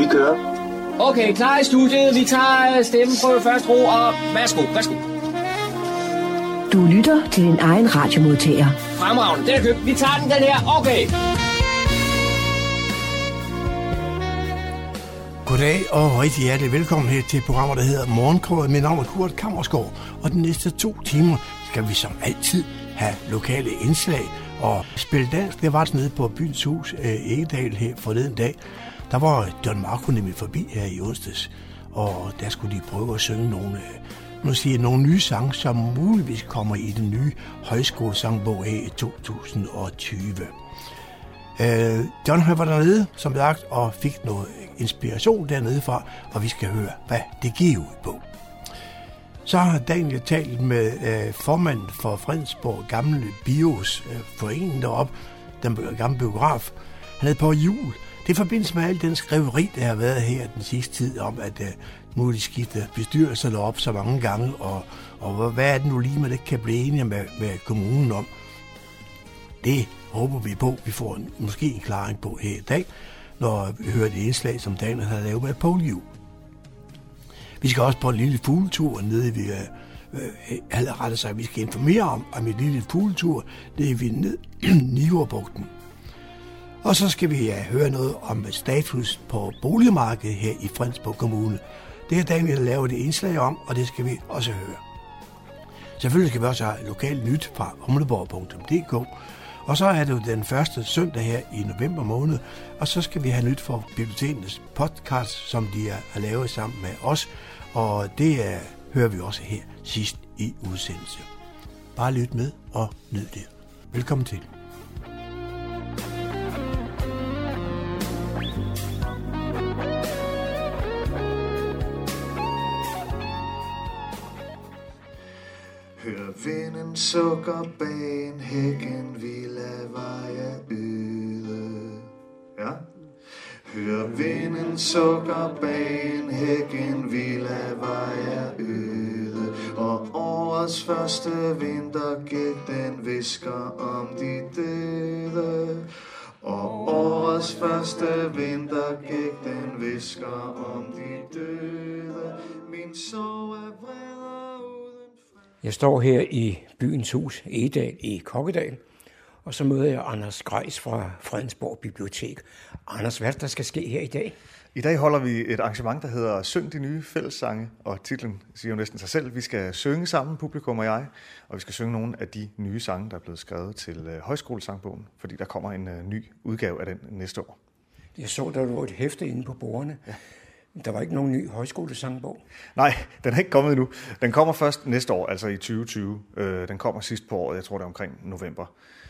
kører. Okay, klar i studiet. Vi tager stemmeprøve først, ro, og værsgo. Du lytter til din egen radiomodtager. Fremragende, den er købt. Vi tager den her. Okay. Goddag og rigtig hjertelig velkommen her til programmet, der hedder Morgenkrøget. Mit navn er Kurt Kammersgaard, og de næste 2 timer skal vi som altid have lokale indslag og spille dansk. Det var nede på Byens Hus Egedal her forleden dag. Der var Don Marco nemlig forbi her i onsdags, og der skulle de prøve at synge nogle nye sange, som muligvis kommer i den nye højskolesangbog her i 2020. John var dernede, som sagt, og fik noget inspiration dernede fra, og vi skal høre, hvad det giver ud på. Så har Daniel talt med formanden for Fredensborg Gamle Bios forening deroppe, den gamle biograf. Han havde på jul. Det er i forbindelse med al den skriveri, der har været her den sidste tid, om at nu er de skiftet bestyrelserne op så mange gange, og hvad er det nu lige, man ikke kan blive enige med kommunen om. Det håber vi på, vi får måske en klaring på her i dag, når vi hører det indslag, som Daniel har lavet med Poul Juhl. Vi skal også på en lille fugletur nede ved, vi skal informere om en lille fugletur nede ved Niveaubugten. Og så skal vi høre noget om status på boligmarkedet her i Fredensborg Kommune. Det har Daniel lavet et indslag om, og det skal vi også høre. Selvfølgelig skal vi også have lokalt nyt fra humleborg.dk. Og så er det jo den første søndag her i november måned, og så skal vi have nyt fra bibliotekernes podcast, som de har lavet sammen med os, og det hører vi også her sidst i udsendelse. Bare lyt med og nyd det. Velkommen til. Hør vinden sukker bag en hækken, ville veje øde. Ja. Hør vinden sukker bag en hækken, ville veje øde. Og årets første vinter gik, den visker om de døde. Og årets første vinter gik, den visker om de døde. Min sorg er vreder uden fred. Jeg står her i Byens Hus Egedal i Kokkedal, og så møder jeg Anders Grejs fra Fredensborg Bibliotek. Anders, hvad der skal ske her i dag? I dag holder vi et arrangement, der hedder Syng de nye fællessange, og titlen siger jo næsten sig selv. Vi skal synge sammen, publikum og jeg, og vi skal synge nogle af de nye sange, der er blevet skrevet til Højskolesangbogen, fordi der kommer en ny udgave af den næste år. Jeg så, der var et hæfte inde på bordene. Ja. Der var ikke nogen ny højskolesangbog? Nej, den er ikke kommet endnu. Den kommer først næste år, altså i 2020. Den kommer sidst på året, jeg tror det er omkring november.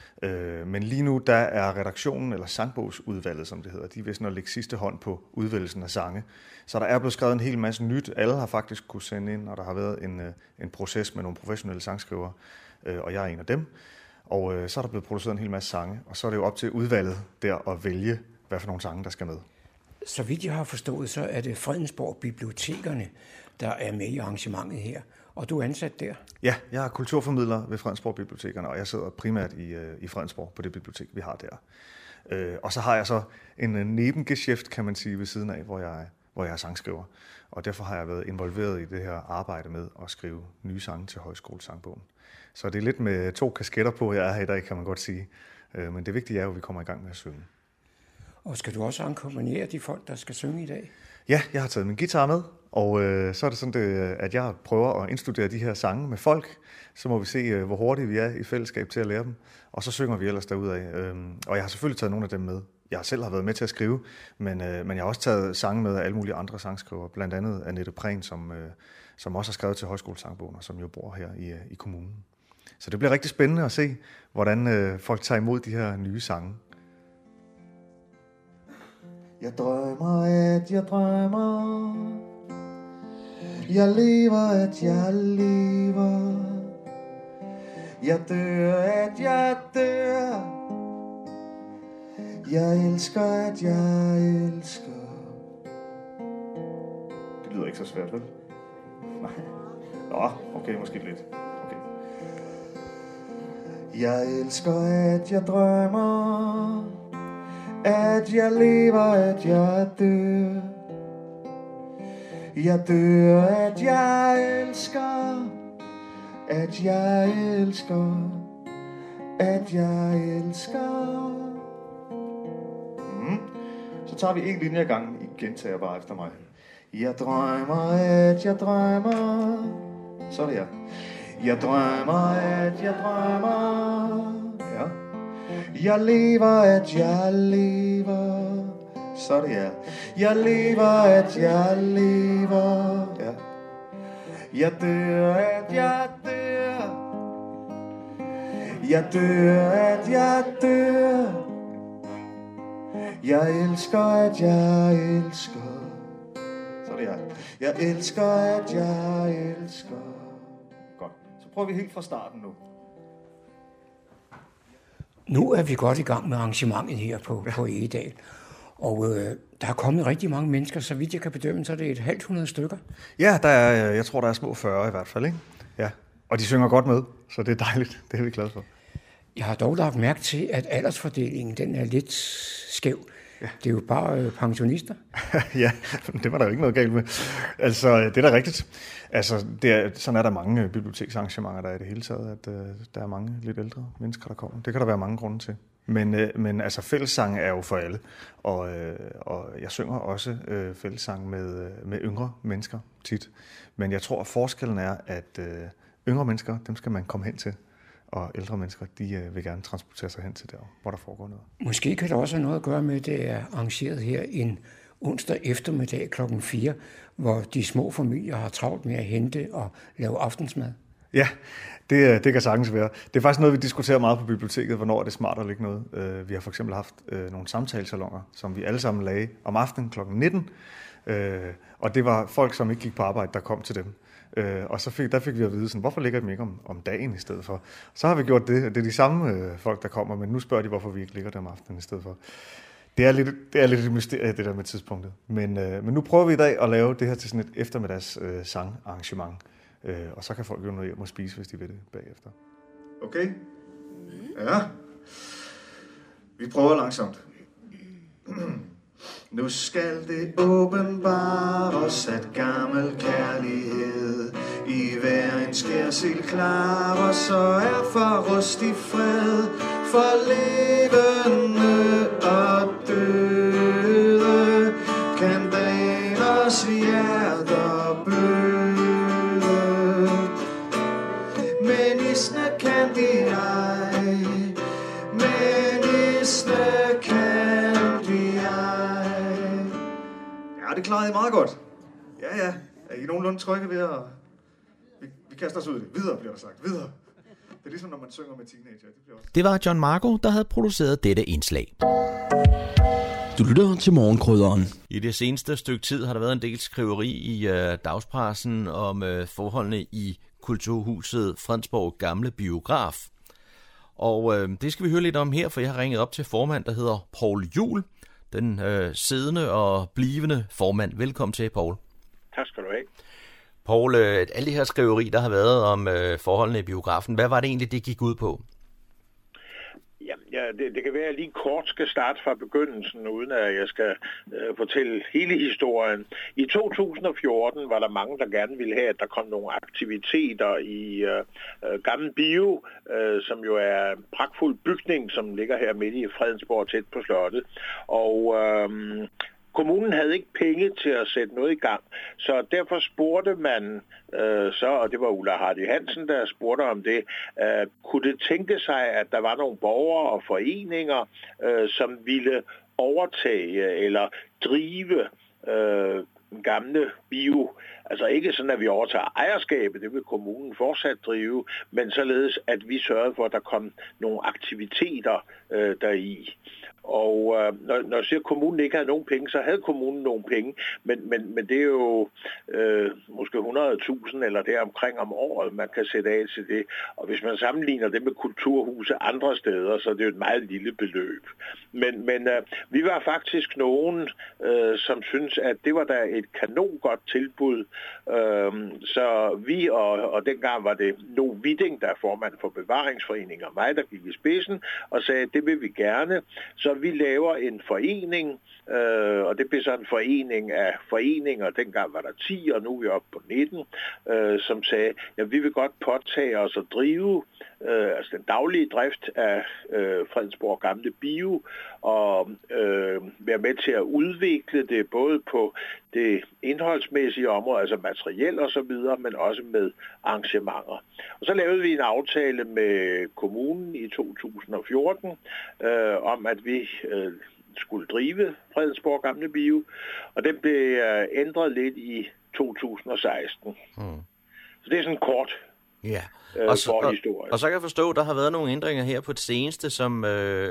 Men lige nu, der er redaktionen, eller sangbogsudvalget, som det hedder, de er ved sådan at lægge sidste hånd på udvælgelsen af sange. Så der er blevet skrevet en hel masse nyt. Alle har faktisk kunne sende ind, og der har været en proces med nogle professionelle sangskrivere, og jeg er en af dem. Og så er der blevet produceret en hel masse sange, og så er det jo op til udvalget der at vælge, hvad for nogle sange, der skal med. Så vidt jeg har forstået, så er det Fredensborg Bibliotekerne, der er med i arrangementet her. Og du er ansat der? Ja, jeg er kulturformidler ved Fredensborg Bibliotekerne, og jeg sidder primært i Fredensborg på det bibliotek, vi har der. Og så har jeg så en nebengeschæft, kan man sige, ved siden af, hvor jeg er sangskriver. Og derfor har jeg været involveret i det her arbejde med at skrive nye sange til Højskolesangbogen. Så det er lidt med 2 kasketter på, jeg er her i dag, kan man godt sige. Men det vigtige er jo, at vi kommer i gang med at synge. Og skal du også akkompagnere de folk, der skal synge i dag? Ja, jeg har taget min guitar med, og så er det sådan, at jeg prøver at indstudere de her sange med folk. Så må vi se, hvor hurtigt vi er i fællesskab til at lære dem, og så synger vi ellers derudad. Og jeg har selvfølgelig taget nogle af dem med. Jeg selv har været med til at skrive, men jeg har også taget sange med af alle mulige andre sangskrivere, blandt andet Annette Prehn, som også har skrevet til Højskolesangbogen, og som jo bor her i kommunen. Så det bliver rigtig spændende at se, hvordan folk tager imod de her nye sange. Jeg drømmer, at jeg drømmer. Jeg lever, at jeg lever. Jeg dør, at jeg dør. Jeg elsker, at jeg elsker. Det lyder ikke så svært, vel? Nej. Nå, okay, måske lidt. Okay. Jeg elsker, at jeg drømmer. At jeg lever, at jeg dør. Jeg dør, at jeg elsker, at jeg elsker, at jeg elsker. Så tager vi en linje ad gangen. I gentager bare efter mig. Jeg drømmer, at jeg drømmer. Så er det jeg. Jeg drømmer, at jeg drømmer. Ja. Jeg lever, at jeg lever. Så er det jeg. Jeg lever, at jeg lever. Ja. Jeg dør, at jeg dør. Jeg dør, at jeg dør. Jeg elsker, at jeg elsker. Så er det jeg. Jeg elsker, at jeg elsker. Godt. Så prøver vi helt fra starten nu. Nu er vi godt i gang med arrangementet her på Egedal. Og der er kommet rigtig mange mennesker, så vidt jeg kan bedømme, så er det 500 stykker. Ja, jeg tror, der er små 40 i hvert fald, ikke? Ja. Og de synger godt med, så det er dejligt. Det er vi glade for. Jeg har dog lagt mærke til, at aldersfordelingen den er lidt skæv. Ja. Det er jo bare pensionister. Ja, det var der jo ikke noget galt med. Altså, det er da rigtigt. Altså, sådan er der mange biblioteksarrangementer, der er i det hele taget, at der er mange lidt ældre mennesker, der kommer. Det kan der være mange grunde til. Men altså, fællessang er jo for alle. Og jeg synger også fællessang med yngre mennesker tit. Men jeg tror, at forskellen er, at yngre mennesker, dem skal man komme hen til. Og ældre mennesker, de vil gerne transportere sig hen til der, hvor der foregår noget. Måske kan det også have noget at gøre med, at det er arrangeret her en onsdag eftermiddag kl. 4, hvor de små familier har travlt med at hente og lave aftensmad. Ja, det kan sagtens være. Det er faktisk noget, vi diskuterer meget på biblioteket, hvornår er det smart at lægge noget. Vi har for eksempel haft nogle samtalesalonger, som vi alle sammen lagde om aftenen kl. 19. Og det var folk, som ikke gik på arbejde, der kom til dem. Og så fik vi at vide, sådan, hvorfor ligger dem ikke om dagen i stedet for. Så har vi gjort det. Det er de samme folk, der kommer, men nu spørger de, hvorfor vi ikke ligger der om aftenen i stedet for. Det er lidt et mysterie, det der med tidspunktet. Men nu prøver vi i dag at lave det her til sådan et eftermiddags sangarrangement. Og så kan folk jo noget hjem og spise, hvis de vil det bagefter. Okay? Ja. Vi prøver langsomt. Nu skal det åbenbares, at gammel kærlighed i hver en skærsild klar, og så er for rustig fred for levende og døde, kan dreners hjerter bløde. Men isne kan de ej, men isne kan de ej. Ja, det klarede I meget godt. Ja. Er I nogenlunde trygge ved at... Vi kaster os ud i det. Videre, bliver der sagt. Videre. Det er ligesom, når man synger med teenager. Det var John Marco, der havde produceret dette indslag. Du lytter til Morgenkrydderen. I det seneste stykke tid har der været en del skriveri i dagspressen om forholdene i Kulturhuset Fredensborg Gamle Biograf. Og det skal vi høre lidt om her, for jeg har ringet op til formand, der hedder Poul Juhl. Den siddende og blivende formand. Velkommen til, Poul. Tak skal du have. Poul, alle de her skriveri, der har været om forholdene i biografen, hvad var det egentlig, det gik ud på? Ja, det kan være, at jeg lige kort skal starte fra begyndelsen, uden at jeg skal fortælle hele historien. I 2014 var der mange, der gerne ville have, at der kom nogle aktiviteter i Gammel Bio, som jo er en pragtfuld bygning, som ligger her midt i Fredensborg, tæt på slottet. Og kommunen havde ikke penge til at sætte noget i gang, så derfor spurgte man og det var Ulla Hardy Hansen, der spurgte om det, kunne det tænke sig, at der var nogle borgere og foreninger, som ville overtage eller drive Gamle Bio. Altså ikke sådan, at vi overtager ejerskabet, det vil kommunen fortsat drive, men således, at vi sørgede for, at der kom nogle aktiviteter deri. Og når jeg siger, at kommunen ikke havde nogen penge, så havde kommunen nogle penge, men det er jo måske 100.000 eller deromkring om året, man kan sætte af til det. Og hvis man sammenligner det med kulturhuse andre steder, så er det jo et meget lille beløb. Men vi var faktisk nogen, som synes, at det var da et kanon godt tilbud Så vi, og dengang var det No Witting, der er formand for Bevaringsforeningen, og mig, der gik i spidsen, og sagde, det vil vi gerne. Så vi laver en forening, og det blev så en forening af foreninger. Dengang var der 10, og nu er vi oppe på 19, som sagde, ja, vi vil godt påtage os at drive altså den daglige drift af Fredensborg Gamle Bio, og være med til at udvikle det både på det indholdsmæssige område, altså materiel og så videre, men også med arrangementer. Og så lavede vi en aftale med kommunen i 2014 om, at vi skulle drive Fredensborg Gamle Bio, og den blev ændret lidt i 2016. Så det er sådan kort forhistorie. Og så kan jeg forstå, at der har været nogle ændringer her på det seneste, som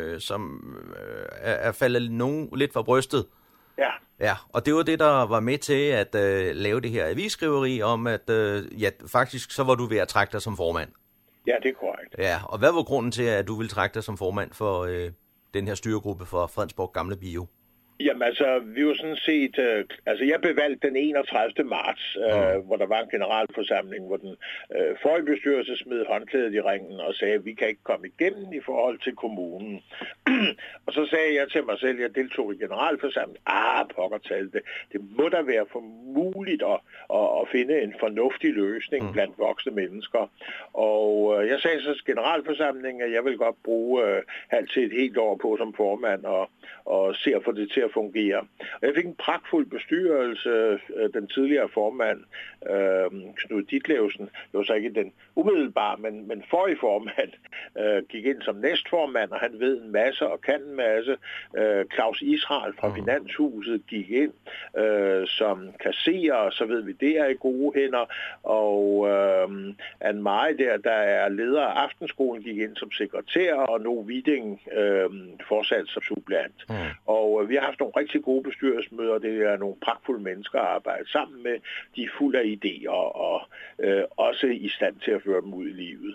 er faldet nogen lidt fra brystet. Ja, og det var det, der var med til at lave det her avisskriveri om, at faktisk så var du ved at trække dig som formand. Ja, det er korrekt. Ja, og hvad var grunden til, at du ville trække dig som formand for den her styregruppe for Fredensborg Gamle Bio? Jamen altså, vi var sådan set, jeg blev valgt den 31. marts, hvor der var en generalforsamling, hvor den forrige bestyrelse smed håndklædet i ringen og sagde, at vi kan ikke komme igennem i forhold til kommunen. Og så sagde jeg til mig selv, at jeg deltog i generalforsamlingen. Pokker, det må da være for muligt at finde en fornuftig løsning blandt voksne mennesker. Og jeg sagde så til generalforsamlingen, at jeg vil godt bruge halvt til et helt år på som formand og se at få det til at fungere. Og jeg fik en pragtfuld bestyrelse. Den tidligere formand, Knud Ditlevsen, det var så ikke den umiddelbare, men forrige formand, gik ind som næstformand, og han ved en masse og kan en masse. Claus Israel fra Finanshuset gik ind som kasserer, og så ved vi, det er i gode hænder. Og Anne Marie der er leder af Aftenskolen, gik ind som sekretær, og No Witting fortsat som suppleant. Og vi har haft nogle rigtig gode bestyrelsesmøder, det er nogle pragtfulde mennesker at arbejde sammen med. De er fuld af idéer og også i stand til at føre dem ud i livet.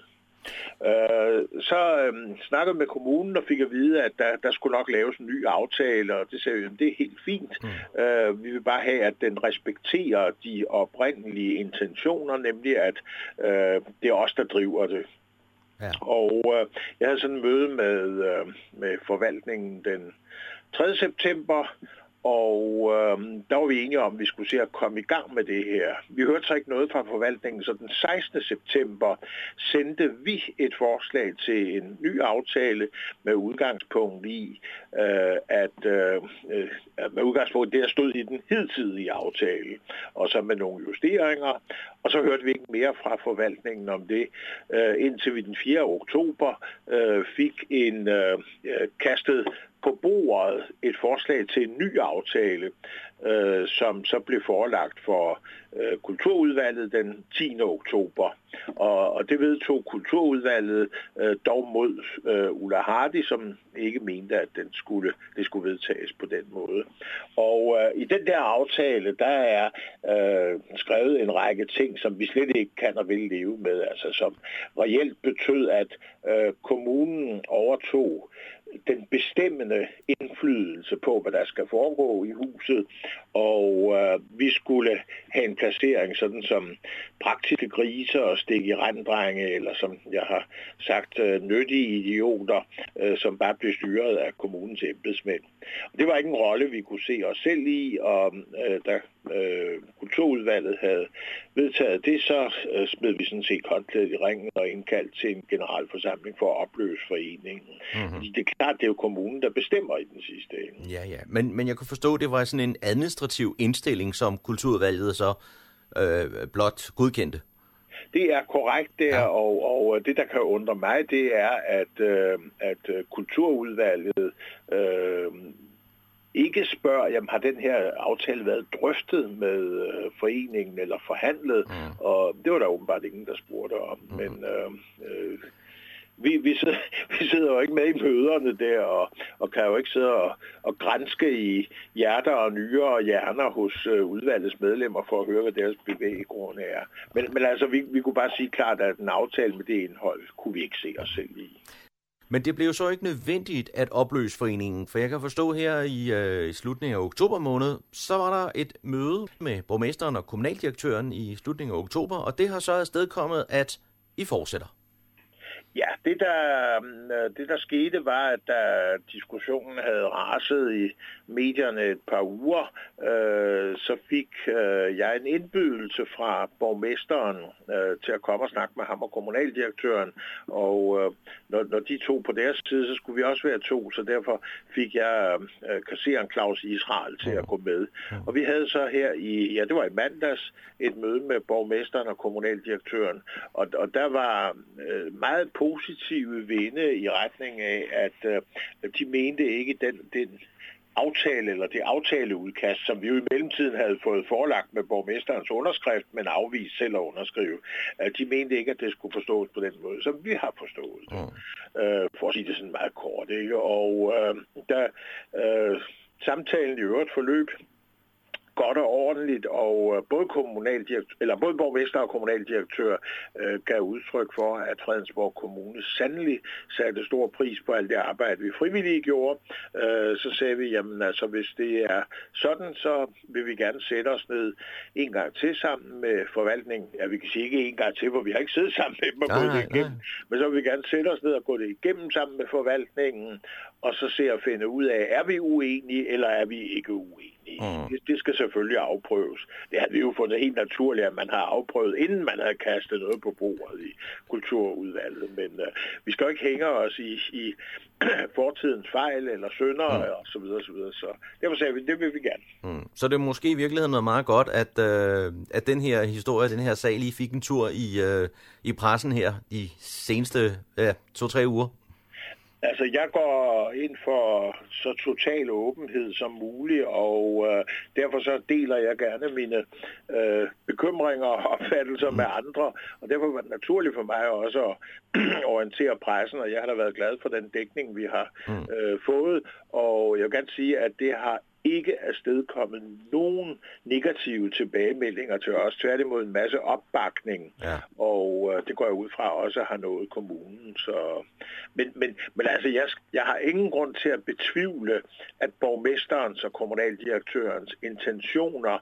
Så snakkede med kommunen og fik at vide, at der skulle nok laves en ny aftale, og det sagde vi, det er helt fint. Vi vil bare have, at den respekterer de oprindelige intentioner, nemlig at det er os, der driver det. Ja. Og jeg havde sådan et møde med forvaltningen den 3. september, og der var vi enige om, at vi skulle se at komme i gang med det her. Vi hørte så ikke noget fra forvaltningen, så den 16. september sendte vi et forslag til en ny aftale med udgangspunkt i, med udgangspunkt det, der stod i den hidtidige aftale, og så med nogle justeringer. Og så hørte vi ikke mere fra forvaltningen om det, indtil vi den 4. oktober fik en kastet på bordet et forslag til en ny aftale, som så blev forelagt for Kulturudvalget den 10. oktober. Og det vedtog Kulturudvalget dog mod Ulla Hardy, som ikke mente, at det skulle vedtages på den måde. Og i den der aftale, der er skrevet en række ting, som vi slet ikke kan og vil leve med, altså som reelt betød, at kommunen overtog den bestemmende indflydelse på, hvad der skal foregå i huset, og vi skulle have en placering sådan som praktiske griser og stik i renddrenge, eller som jeg har sagt, nyttige idioter, som bare blev styret af kommunens embedsmænd. Og det var ikke en rolle, vi kunne se os selv i, og da Kulturudvalget havde vedtaget det, så smed vi sådan set håndklædet i ringen og indkaldt til en generalforsamling for at opløse foreningen. Det er klart, det er jo kommunen, der bestemmer i den sidste ende. Ja. Men jeg kunne forstå, at det var sådan en administrativ indstilling, som Kulturudvalget så blot godkendte. Det er korrekt der, ja. og det, der kan undre mig, det er, at Kulturudvalget ikke spørger, jamen har den her aftale været drøftet med foreningen eller forhandlet, og det var der åbenbart ingen, der spurgte om, men vi sidder jo ikke med i møderne der, og kan jo ikke sidde og granske i hjerter og nyrer og hjerner hos udvalgets medlemmer for at høre, hvad deres bevæggrunde er. Men altså, vi kunne bare sige klart, at en aftale med det indhold kunne vi ikke se os selv i. Men det blev så ikke nødvendigt at opløse foreningen, for jeg kan forstå her i slutningen af oktober måned, så var der et møde med borgmesteren og kommunaldirektøren i slutningen af oktober, og det har så afstedkommet, at I fortsætter. Ja, det der skete var, at da diskussionen havde raset i medierne et par uger, så fik jeg en indbydelse fra borgmesteren til at komme og snakke med ham og kommunaldirektøren, og når de to på deres side, så skulle vi også være to, så derfor fik jeg kasseren Claus Israel til at gå med. Og vi havde så her det var i mandags, et møde med borgmesteren og kommunaldirektøren, og der var meget positive vinde i retning af, at de mente ikke den aftale eller det aftaleudkast, som vi jo i mellemtiden havde fået forelagt med borgmesterens underskrift, men afvist selv at underskrive. De mente ikke, at det skulle forstås på den måde, som vi har forstået det. For at sige det sådan meget kort, ikke? Og da samtalen i øvrigt forløb godt og ordentligt, og både borgmester og kommunaldirektør gav udtryk for, at Fredensborg Kommune sandelig satte stor pris på alt det arbejde, vi frivillige gjorde. Så sagde vi, jamen altså, hvis det er sådan, så vil vi gerne sætte os ned en gang til sammen med forvaltningen. Ja, vi kan sige ikke en gang til, for vi har ikke siddet sammen med dem og gået det igennem. Men så vil vi gerne sætte os ned og gå det igennem sammen med forvaltningen, og så se at finde ud af, er vi uenige, eller er vi ikke uenige. Det skal selvfølgelig afprøves. Det har vi jo fundet helt naturligt, at man har afprøvet, inden man havde kastet noget på bordet i kulturudvalget. Men vi skal jo ikke hænge os i fortidens fejl eller synder og så videre, så videre. Så derfor sagde vi, det vil vi gerne. Så det er måske i virkeligheden noget meget godt, at den her historie, den her sag lige fik en tur i pressen her de seneste 2-3 uger. Altså, jeg går ind for så total åbenhed som muligt, og derfor så deler jeg gerne mine bekymringer og opfattelser med andre, og derfor var det naturligt for mig også at orientere pressen, og jeg har da været glad for den dækning, vi har fået, og jeg vil gerne sige, at det har ikke afstedkommet nogen negative tilbagemeldinger til os, tværtimod en masse opbakning, og det går jeg ud fra også har nået kommunen. Så. Men altså, jeg har ingen grund til at betvivle, at borgmesterens og kommunaldirektørens intentioner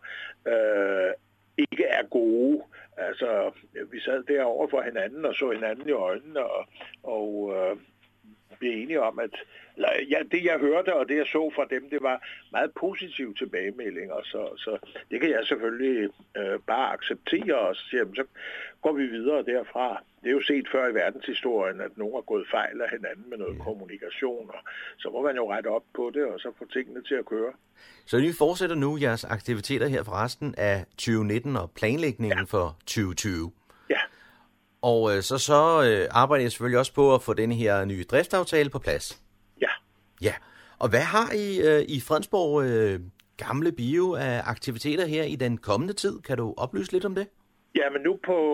ikke er gode. Altså, vi sad derovre for hinanden og så hinanden i øjnene, og blev enige om, at det jeg hørte og det jeg så fra dem, det var meget positive tilbagemeldinger, så det kan jeg selvfølgelig bare acceptere, og så går vi videre derfra. Det er jo set før i verdenshistorien, at nogen har gået fejl af hinanden med noget kommunikation, og så må man jo rette op på det, og så få tingene til at køre. Så I fortsætter nu jeres aktiviteter her for resten af 2019 og planlægningen for 2020? Ja. Og så arbejder jeg selvfølgelig også på at få denne her nye driftsaftale på plads. Ja, og hvad har I i Fredensborg Gamle Bio af aktiviteter her i den kommende tid? Kan du oplyse lidt om det? Ja, men nu på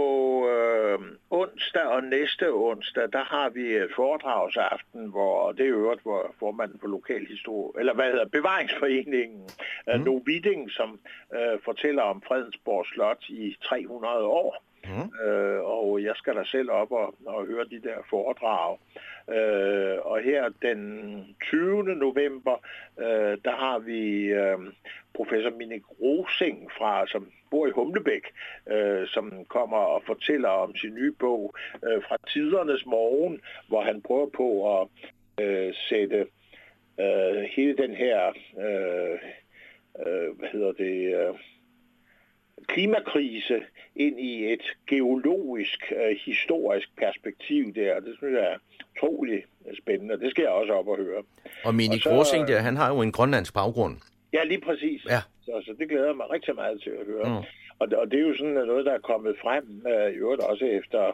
onsdag og næste onsdag, der har vi et foredragsaften, hvor det er øvrigt, hvor formanden for Bevaringsforeningen, Noviding, som fortæller om Fredensborg Slot i 300 år. Og jeg skal da selv op og høre de der foredrag. Og her den 20. november, der har vi professor Minik Rosing som bor i Humlebæk, som kommer og fortæller om sin nye bog fra tidernes morgen, hvor han prøver på at sætte hele den her klimakrise ind i et geologisk, historisk perspektiv der. Det synes jeg er utroligt spændende. Det skal jeg også op og høre. Og Minik Rosing der, han har jo en grønlandsk baggrund. Ja, lige præcis. Ja. Så det glæder mig rigtig meget til at høre. Og det er jo sådan noget, der er kommet frem, i øvrigt også efter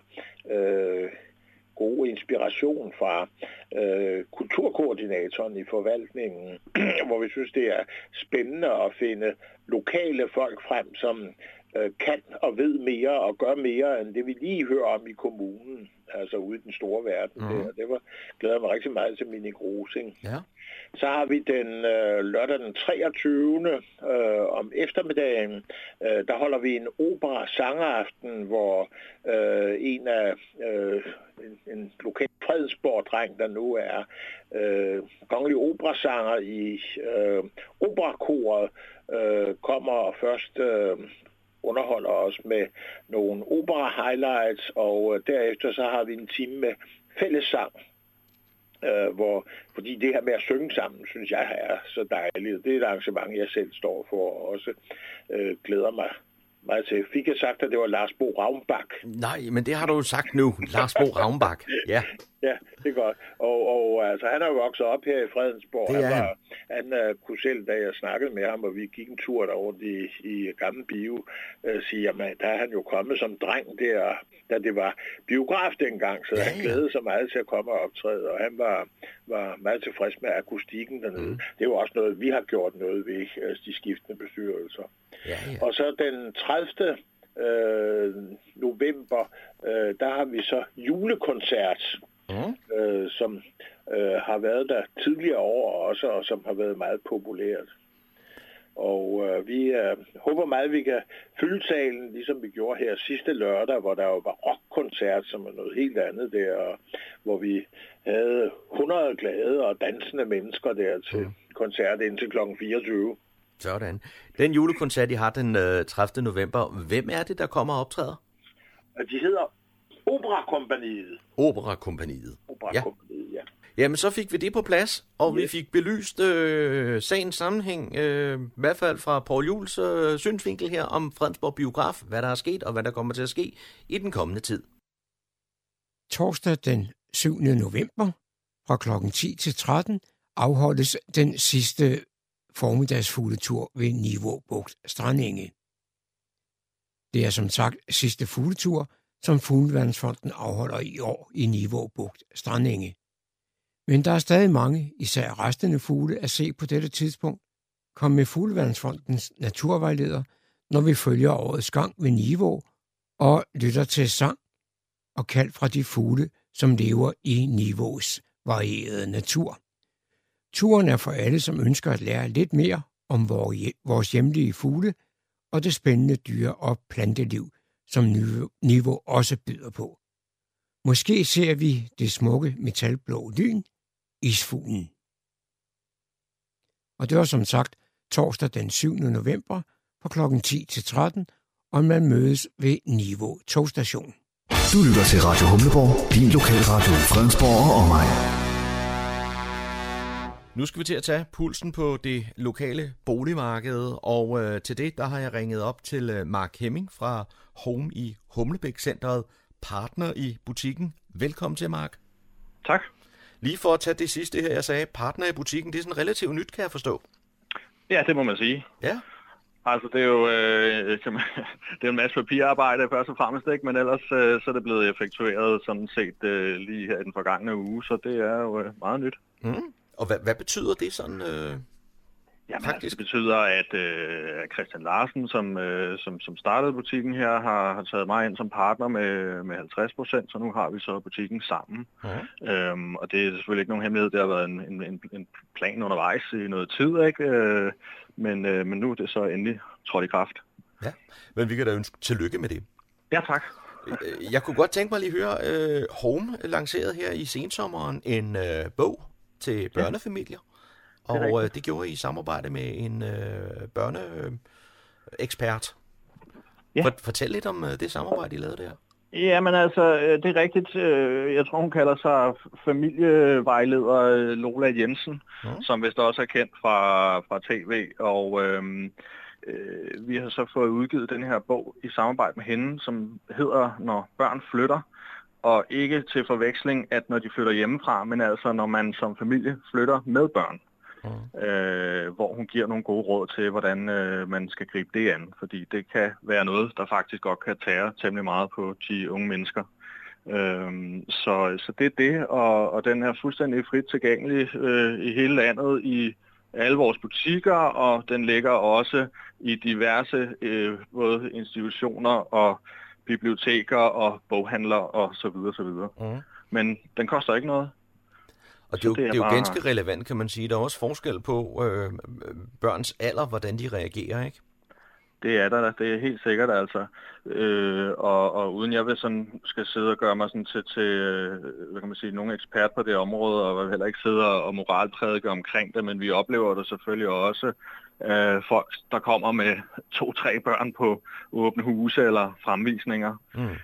god inspiration fra kulturkoordinatoren i forvaltningen, hvor vi synes, det er spændende at finde lokale folk frem, som kan og ved mere og gør mere, end det vi lige hører om i kommunen, altså ude i den store verden. Det glæder mig rigtig meget til Minik Rosing. Ja. Så har vi den lørdag den 23. Om eftermiddagen, der holder vi en opera-sangeraften, hvor en lokal Fredensborg-dreng, der nu er kongelig operasanger i operakoret, kommer og først underholder os med nogle opera-highlights, og derefter så har vi en time med fællessang, fordi det her med at synge sammen, synes jeg er så dejligt. Det er et arrangement, jeg selv står for, og også glæder mig meget til. Fik jeg sagt, at det var Lars Bo Ravnbak? Nej, men det har du jo sagt nu. Lars Bo Ravnbak, ja. Ja, det er godt. Og altså, han er jo vokset op her i Fredensborg. Han kunne selv, da jeg snakkede med ham, og vi gik en tur derovre i Gamle Bio, sige, at der er han jo kommet som dreng der, da det var biograf dengang, så han glædede sig meget til at komme og optræde, og han var meget tilfreds med akustikken dernede. Det er jo også noget, vi har gjort noget ved, de skiftende bestyrelser. Ja. Og så den 30. November, der har vi så julekoncert, som har været der tidligere år også, og som har været meget populært. Og vi håber meget, at vi kan fylde salen, ligesom vi gjorde her sidste lørdag, hvor der jo var rockkoncert, som er noget helt andet der, og hvor vi havde 100 glade og dansende mennesker der til koncert indtil kl. 24. Sådan. Den julekoncert, I har den 30. november, hvem er det, der kommer og optræder? De hedder Operakompagniet. Operakompagniet. Operakompagniet, ja. Jamen, så fik vi det på plads, og vi fik belyst sagens sammenhæng, i hvert fald fra Poul Juhls synsvinkel her om Fredensborg Biograf, hvad der er sket og hvad der kommer til at ske i den kommende tid. Torsdag den 7. november fra kl. 10 til 13 afholdes den sidste formiddagsfugletur ved Nivå Bugt Strandenge. Det er som sagt sidste fugletur, som Fugleværnsfonden afholder i år i Nivå Bugt Strandenge. Men der er stadig mange, især restende fugle, at se på dette tidspunkt. Kom med Fugleværnsfondens naturvejleder, når vi følger årets gang ved Nivå og lytter til sang og kald fra de fugle, som lever i Nivås varierede natur. Turen er for alle, som ønsker at lære lidt mere om vores hjemlige fugle og det spændende dyre- og planteliv, som Nivå også byder på. Måske ser vi det smukke metalblå lyn, isfuglen. Og det var som sagt torsdag den 7. november fra kl. 10 til 13, og man mødes ved Nivå togstation. Du lytter til Radio Humleborg, din lokalradio i Fredensborg og omegn. Nu skal vi til at tage pulsen på det lokale boligmarked, og til det der har jeg ringet op til Mark Hemming fra Home i Humlebæk-centret, partner i butikken. Velkommen til, Mark. Tak. Lige for at tage det sidste her, jeg sagde, partner i butikken, det er sådan relativt nyt, kan jeg forstå. Ja, det må man sige. Ja. Altså, det er jo det er en masse papirarbejde først og fremmest, ikke? Men ellers så er det blevet effektueret sådan set lige her i den forgangne uge, så det er jo meget nyt. Og hvad betyder det sådan Jamen, faktisk? Det betyder, at Christian Larsen, som startede butikken her, har taget mig ind som partner med 50%, så nu har vi så butikken sammen. Og det er selvfølgelig ikke nogen hemmelighed, det har været en plan undervejs i noget tid, ikke? Men nu er det så endelig trådt i kraft. Ja, men vi kan da ønske tillykke med det. Ja, tak. Jeg kunne godt tænke mig lige at høre, Home lancerede her i sensommeren en bog til børnefamilier. Og det gjorde I i samarbejde med en børneekspert. Ja. Fortæl lidt om det samarbejde, I lavede der. Jamen altså, det er rigtigt. Jeg tror, hun kalder sig familievejleder Lola Jensen, som vist også er kendt fra tv. Og vi har så fået udgivet den her bog i samarbejde med hende, som hedder Når børn flytter. Og ikke til forveksling, at når de flytter hjemmefra, men altså når man som familie flytter med børn. Hvor hun giver nogle gode råd til, hvordan man skal gribe det an. Fordi det kan være noget, der faktisk godt kan tære temmelig meget på de unge mennesker. Så det er det, og den er fuldstændig frit tilgængelig i hele landet i alle vores butikker, og den ligger også i diverse både institutioner og biblioteker og boghandler og så videre, så videre. Men den koster ikke noget. Og det er jo ganske relevant, kan man sige. Der er også forskel på børns alder, hvordan de reagerer, ikke? Det er der, det er helt sikkert altså. Og uden jeg vil sådan skal sidde og gøre mig sådan til hvad kan man sige, nogen ekspert på det område, og vil heller ikke sidde og moralprædike omkring det, men vi oplever det selvfølgelig også folk, der kommer med 2-3 børn på åbne huse eller fremvisninger.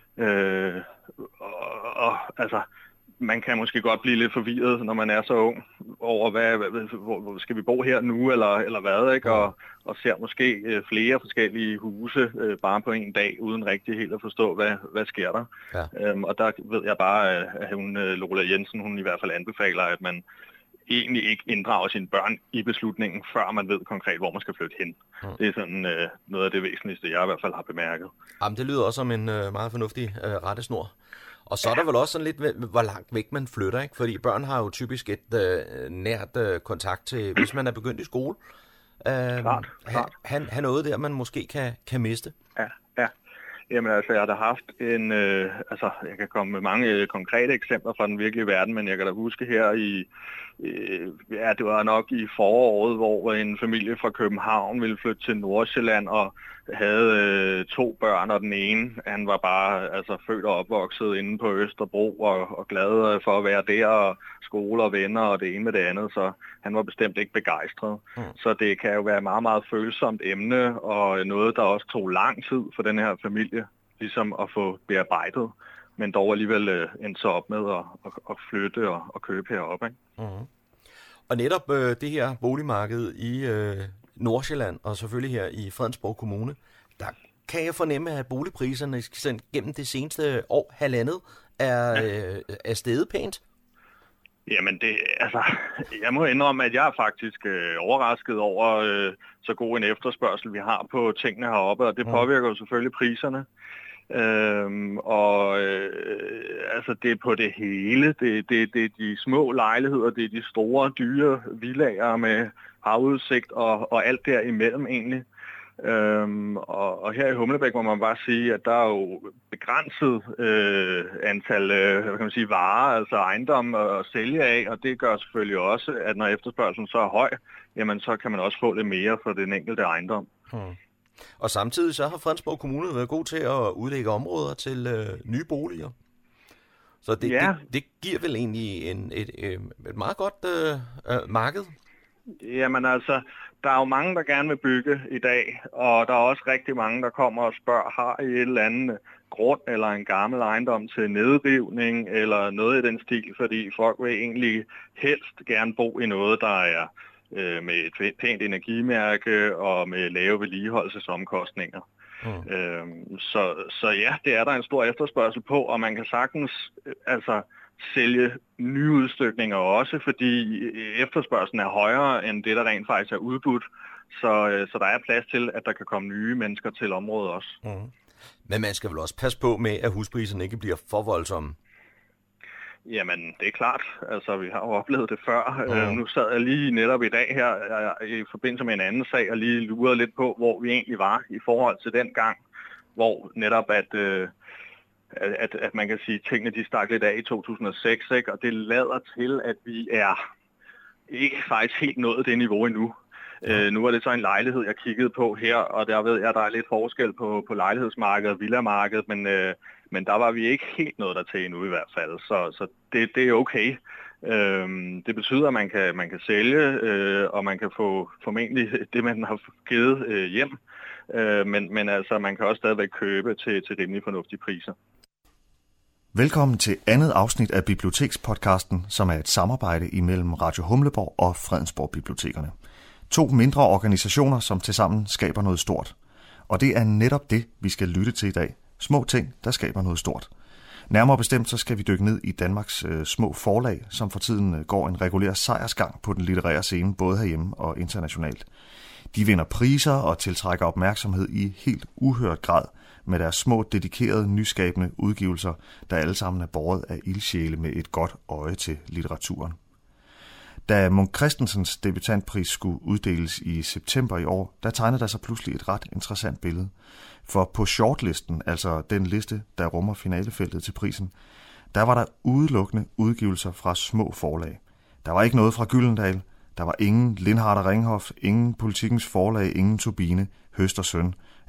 Og altså, man kan måske godt blive lidt forvirret, når man er så ung, over, hvor skal vi bo her nu, eller hvad, ikke? Og ser måske flere forskellige huse bare på en dag, uden rigtig helt at forstå, hvad sker der. Ja. Og der ved jeg bare, at Lola Jensen, hun i hvert fald anbefaler, at man egentlig ikke inddrager sine børn i beslutningen, før man ved konkret, hvor man skal flytte hen. Det er sådan noget af det væsentligste, jeg i hvert fald har bemærket. Jamen, det lyder også som en meget fornuftig rettesnor. Og så er der vel også sådan lidt, hvor langt væk man flytter, ikke? Fordi børn har jo typisk et nært kontakt til, hvis man er begyndt i skole. Klart. Han noget der, man måske kan miste. Ja. Jamen altså, jeg har da haft jeg kan komme med mange konkrete eksempler fra den virkelige verden, men jeg kan da huske her det var nok i foråret, hvor en familie fra København ville flytte til Nordsjælland og havde 2 børn, og den ene, han var bare født og opvokset inde på Østerbro og glad for at være der, og skole og venner og det ene med det andet, så han var bestemt ikke begejstret. Så det kan jo være et meget, meget følsomt emne, og noget, der også tog lang tid for den her familie, ligesom at få bearbejdet, men dog alligevel endte så op med at flytte og købe heroppe, ikke? Mm-hmm. Og netop det her boligmarked i Nordsjælland, og selvfølgelig her i Fredensborg Kommune, der kan jeg fornemme, at boligpriserne gennem det seneste år, halvandet, er steget pænt. Jamen, jeg må indrømme, at jeg er faktisk overrasket over så god en efterspørgsel, vi har på tingene heroppe, og det påvirker jo selvfølgelig priserne. Det er på det hele. Det er de små lejligheder, det er de store, dyre villager med havudsigt og alt derimellem egentlig. Og her i Humlebæk må man bare sige, at der er jo begrænset antal varer, altså ejendom at sælge af, og det gør selvfølgelig også, at når efterspørgselen så er høj, jamen så kan man også få lidt mere for den enkelte ejendom. Og samtidig så har Fredensborg Kommune været god til at udlægge områder til nye boliger. Så det giver vel egentlig et meget godt marked? Jamen altså, der er jo mange, der gerne vil bygge i dag, og der er også rigtig mange, der kommer og spørger, har I et eller andet grund eller en gammel ejendom til nedrivning eller noget i den stil, fordi folk vil egentlig helst gerne bo i noget, der er med et pænt energimærke og med lave vedligeholdelsesomkostninger. Så ja, det er der en stor efterspørgsel på, og man kan sagtens sælge nye udstykninger også, fordi efterspørgselen er højere end det, der rent faktisk er udbudt. Så der er plads til, at der kan komme nye mennesker til området også. Men man skal vel også passe på med, at huspriserne ikke bliver for voldsomme? Jamen, det er klart. Altså, vi har jo oplevet det før. Nu sad jeg lige netop i dag her i forbindelse med en anden sag og lige lurede lidt på, hvor vi egentlig var i forhold til den gang, hvor netop at man kan sige, at tingene de stak lidt af i 2006, ikke? Og det lader til, at vi er ikke faktisk helt nået det niveau endnu. Nu er det så en lejlighed, jeg kiggede på her, og der ved jeg, at der er lidt forskel på lejlighedsmarkedet og villamarkedet, men der var vi ikke helt nået der til endnu i hvert fald, så det er okay. Det betyder, at man kan sælge, og man kan få formentlig det, man har givet hjem, men altså, man kan også stadigvæk købe til rimelig fornuftige priser. Velkommen til andet afsnit af Bibliotekspodcasten, som er et samarbejde imellem Radio Humleborg og Fredensborg Bibliotekerne. 2 mindre organisationer, som tilsammen skaber noget stort. Og det er netop det, vi skal lytte til i dag. Små ting, der skaber noget stort. Nærmere bestemt så skal vi dykke ned i Danmarks små forlag, som for tiden går en regulær sejrsgang på den litterære scene, både herhjemme og internationalt. De vinder priser og tiltrækker opmærksomhed i helt uhørt grad med deres små, dedikerede, nyskabende udgivelser, der alle sammen er båret af ildsjæle med et godt øje til litteraturen. Da Munk Christensens debutantpris skulle uddeles i september i år, der tegnede der sig pludselig et ret interessant billede. For på shortlisten, altså den liste, der rummer finalefeltet til prisen, der var der udelukkende udgivelser fra små forlag. Der var ikke noget fra Gyldendal, der var ingen Lindhardt og Ringhof, ingen Politikens Forlag, ingen Turbine, Høst og Søn,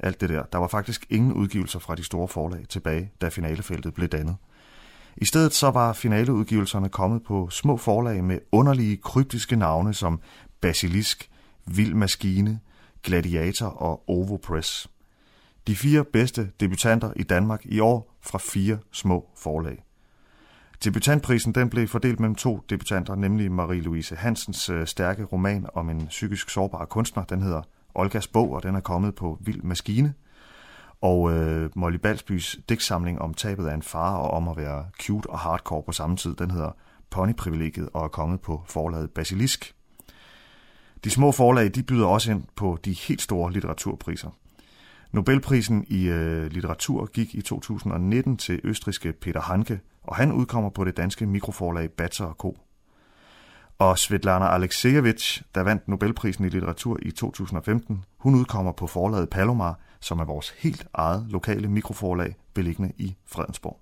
alt det der. Der var faktisk ingen udgivelser fra de store forlag tilbage, da finalefeltet blev dannet. I stedet så var finaleudgivelserne kommet på små forlag med underlige kryptiske navne som Basilisk, Vild Maskine, Gladiator og Ovo Press. De 4 bedste debutanter i Danmark i år fra 4 små forlag. Debutantprisen den blev fordelt mellem 2 debutanter, nemlig Marie-Louise Hansens stærke roman om en psykisk sårbar kunstner. Den hedder Olgas bog, og den er kommet på Vild Maskine. Og Molly Balsbys digtsamling om tabet af en far og om at være cute og hardcore på samme tid, den hedder Ponyprivilegiet og er kommet på forlaget Basilisk. De små forlag de byder også ind på de helt store litteraturpriser. Nobelprisen i litteratur gik i 2019 til østrigske Peter Hanke, og han udkommer på det danske mikroforlag Batzer & Co. Og Svetlana Aleksejevich, der vandt Nobelprisen i litteratur i 2015, hun udkommer på forlaget Palomar, som er vores helt eget lokale mikroforlag beliggende i Fredensborg.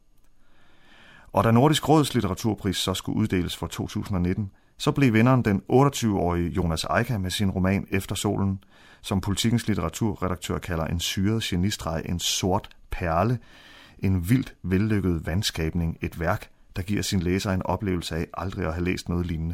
Og da Nordisk Råds litteraturpris så skulle uddeles for 2019, så blev vinderen den 28-årige Jonas Eika med sin roman Efter solen, som Politikens litteraturredaktør kalder en syret genistreg, en sort perle, en vildt vellykket vandskabning, et værk, der giver sin læser en oplevelse af aldrig at have læst noget lignende.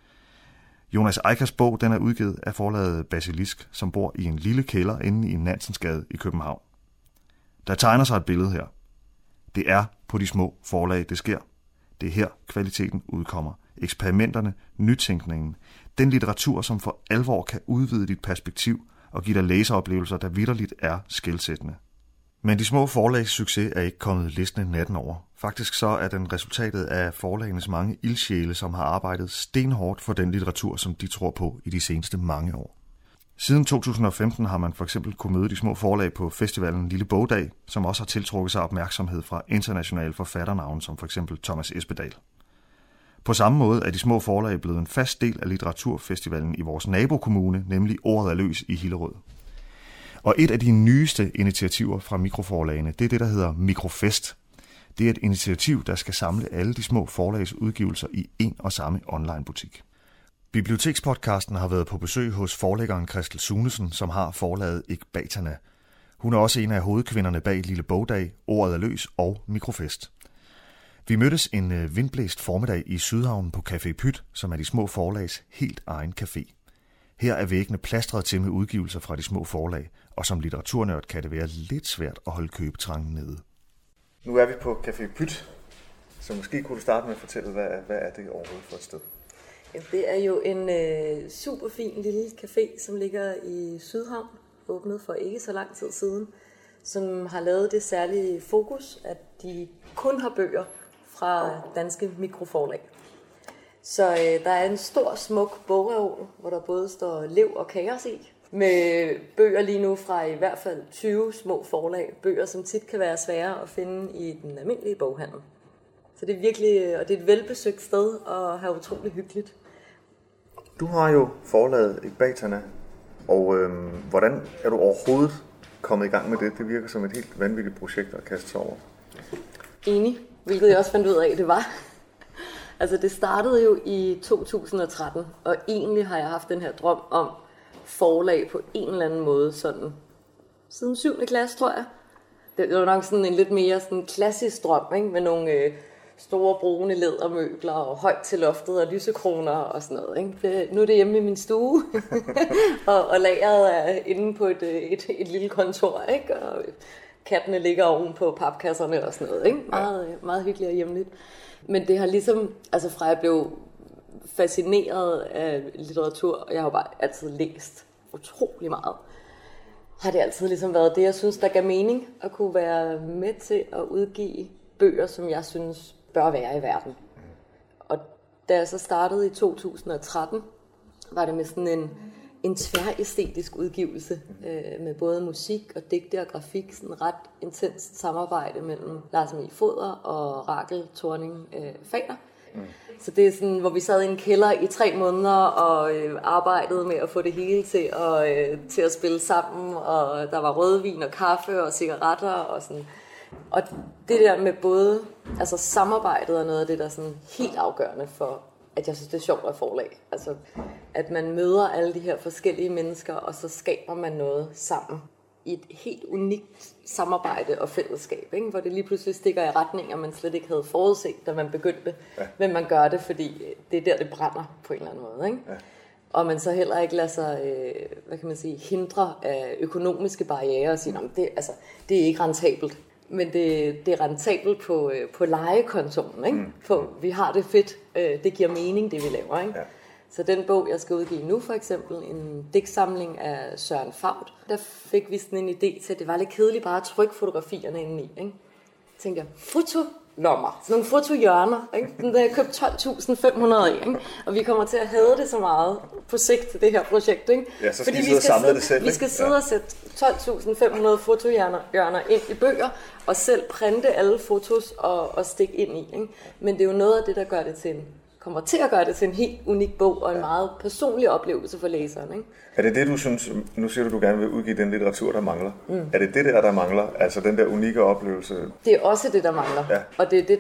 Jonas Eikas bog den er udgivet af forlaget Basilisk, som bor i en lille kælder inde i Nansensgade i København. Der tegner sig et billede her. Det er på de små forlag, det sker. Det er her, kvaliteten udkommer. Eksperimenterne, nytænkningen, den litteratur, som for alvor kan udvide dit perspektiv og give dig læseroplevelser, der vitterligt er skelsættende. Men de små forlags succes er ikke kommet listende natten over. Faktisk så er den resultatet af forlagenes mange ildsjæle, som har arbejdet stenhårdt for den litteratur, som de tror på i de seneste mange år. Siden 2015 har man for eksempel kunne møde de små forlag på festivalen Lille Bogdag, som også har tiltrukket sig opmærksomhed fra internationale forfatternavne, som for eksempel Thomas Espedal. På samme måde er de små forlag blevet en fast del af litteraturfestivalen i vores nabokommune, nemlig Ordet er løs i Hillerød. Og et af de nyeste initiativer fra mikroforlagene, det er det, der hedder Mikrofest. Det er et initiativ, der skal samle alle de små forlags udgivelser i en og samme online-butik. Bibliotekspodcasten har været på besøg hos forlæggeren Christel Sunesen, som har forlaget Ekbatana. Hun er også en af hovedkvinderne bag Lille Bogdag, Ordet er løs og Mikrofest. Vi mødtes en vindblæst formiddag i Sydhavnen på Café Pyt, som er de små forlags helt egen café. Her er væggene plastret til med udgivelser fra de små forlag, og som litteraturnørd kan det være lidt svært at holde købetrangen nede. Nu er vi på Café Pyt, så måske kunne du starte med at fortælle, hvad er det overhovedet for et sted? Det er jo en super fin lille café, som ligger i Sydhavn, åbnet for ikke så lang tid siden, som har lavet det særlige fokus, at de kun har bøger fra danske mikroforlag. Så der er en stor, smuk bogreol, hvor der både står Lev og Kaos i, med bøger lige nu fra i hvert fald 20 små forlag. Bøger, som tit kan være svære at finde i den almindelige boghandel. Så det er virkelig, og det er et velbesøgt sted og har utroligt hyggeligt. Du har jo forlaget Ekbatana, og hvordan er du overhovedet kommet i gang med det? Det virker som et helt vanvittigt projekt at kaste sig over. Enig, hvilket jeg også fandt ud af, det var. Altså det startede jo i 2013, og egentlig har jeg haft den her drøm om forlag på en eller anden måde, sådan siden 7. klasse, tror jeg. Det var nok sådan en lidt mere sådan klassisk drøm, ikke? Med nogle store brune lædermøbler og højt til loftet og lysekroner og sådan noget. Ikke? Nu er det hjemme i min stue, og lageret er inde på et lille kontor, ikke? Og kattene ligger oven på papkasserne og sådan noget. Ikke? Meget hyggeligt og hjemligt. Men det har ligesom, altså fra jeg blev fascineret af litteratur, og jeg har bare altid læst utrolig meget, har det altid ligesom været det, jeg synes, der gav mening at kunne være med til at udgive bøger, som jeg synes bør være i verden. Og da jeg så startede i 2013, var det med sådan en tværæstetisk udgivelse med både musik og digte og grafik, sådan et ret intenst samarbejde mellem Lars Emil Foder og Rakel Thorning Fader. Så det er sådan, hvor vi sad i en kælder i 3 måneder og arbejdede med at få det hele til at spille sammen, og der var rødvin og kaffe og cigaretter og sådan. Og det der med både altså samarbejdet er noget af det, der er sådan helt afgørende for, at jeg synes, det er sjovt at forlag. Altså, at man møder alle de her forskellige mennesker, og så skaber man noget sammen i et helt unikt samarbejde og fællesskab, ikke? Hvor det lige pludselig stikker i retninger, man slet ikke havde forudset, da man begyndte. Ja. Men man gør det, fordi det er der, det brænder på en eller anden måde. Ikke? Ja. Og man så heller ikke lader sig hindre af økonomiske barrierer og sige, det er ikke rentabelt. Men det er rentabelt på lejekontoen. Ikke? Vi har det fedt. Det giver mening, det vi laver. Ikke? Ja. Så den bog, jeg skal udgive nu, for eksempel, en digtsamling af Søren Fauth, der fik vi sådan en idé til, at det var lidt kedeligt bare at trykke fotografierne indeni. Ikke? Jeg tænkte, fotolommer, sådan nogle fotohjørner, ikke? Den der jeg købt 12.500 af, ikke? Og vi kommer til at have det så meget på sigt, det her projekt. Ikke? Ja, så skal fordi vi skal sidde og sætte 12.500 fotohjørner ind i bøger, og selv printe alle fotos og stikke ind i. Ikke? Men det er jo noget af det, der kommer til at gøre det til en helt unik bog og en meget personlig oplevelse for læseren. Ikke? Er det det, du synes, nu siger du gerne vil udgive den litteratur, der mangler? Er det det der mangler? Altså den der unikke oplevelse? Det er også det, der mangler. Ja. Og det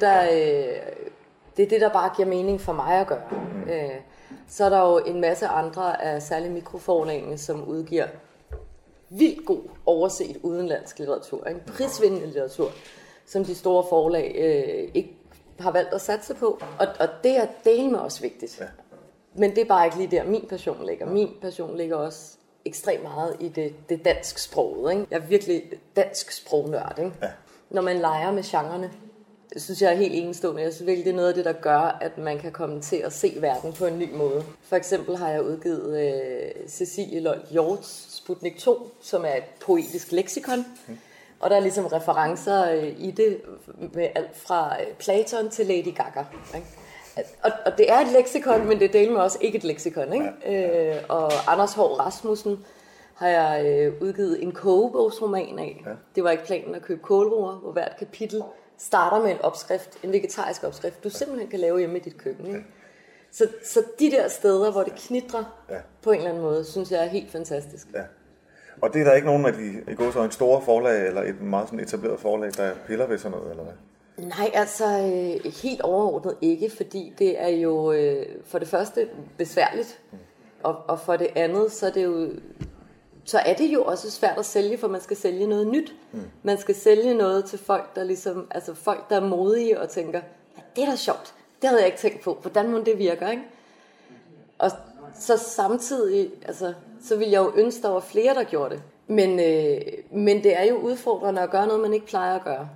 er det, der bare giver mening for mig at gøre. Så er der jo en masse andre af særligt mikroforlagene, som udgiver vildt god overset udenlandsk litteratur. Ikke? Prisvindende litteratur, som de store forlag ikke har valgt at satse på, og det er dele med også vigtigt. Ja. Men det er bare ikke lige der, min passion ligger. Min passion ligger også ekstremt meget i det dansk sproget. Ikke? Jeg er virkelig dansk sprognørd. Ikke? Ja. Når man leger med genrerne, synes jeg er helt enestående. Jeg synes virkelig, det er noget af det, der gør, at man kan komme til at se verden på en ny måde. For eksempel har jeg udgivet Cecilie Lold Hjorts Sputnik 2, som er et poetisk leksikon. Og der er ligesom referencer i det med alt fra Platon til Lady Gaga. Ikke? Og det er et leksikon, men det er delt med også ikke et leksikon. Ikke? Ja. Og Anders Haahr Rasmussen har jeg udgivet en kogebogsroman af. Ja. Det var ikke planen at købe kålroer, hvor hvert kapitel starter med en opskrift, en vegetarisk opskrift, du simpelthen kan lave hjemme i dit køkken. Ikke? Så de der steder, hvor det knitrer på en eller anden måde, synes jeg er helt fantastisk. Ja. Og det er der ikke nogen af de en store forlag, eller et meget sådan etableret forlag, der piller ved sådan noget, eller hvad? Nej, altså helt overordnet ikke, fordi det er jo for det første besværligt, og for det andet, så er det jo også svært at sælge, for man skal sælge noget nyt. Man skal sælge noget til folk, der ligesom, altså folk, der er modige og tænker, ja, det er da sjovt, det havde jeg ikke tænkt på, hvordan må det virker, ikke? Og så samtidig, altså, så ville jeg jo ønske, der var flere, der gjorde det. Men det er jo udfordrende at gøre noget, man ikke plejer at gøre.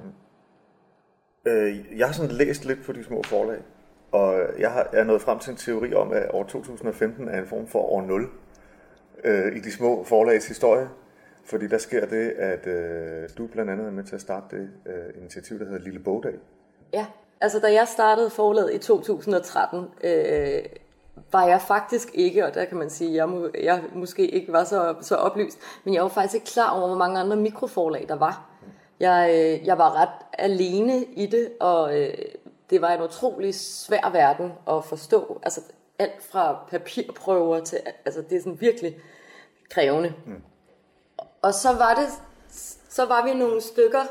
Jeg har sådan læst lidt på de små forlag, og jeg er nået frem til en teori om, at år 2015 er en form for år 0 i de små forlags historie. Fordi der sker det, at du blandt andet er med til at starte det initiativ, der hedder Lille Bogdag. Ja, altså da jeg startede forlaget i 2013, var jeg faktisk ikke, og der kan man sige, jeg måske ikke var så oplyst, men jeg var faktisk ikke klar over, hvor mange andre mikroforlag der var. Jeg var ret alene i det, og det var en utrolig svær verden at forstå. Altså alt fra papirprøver til, altså det er sådan virkelig krævende. Og så var vi nogle stykker,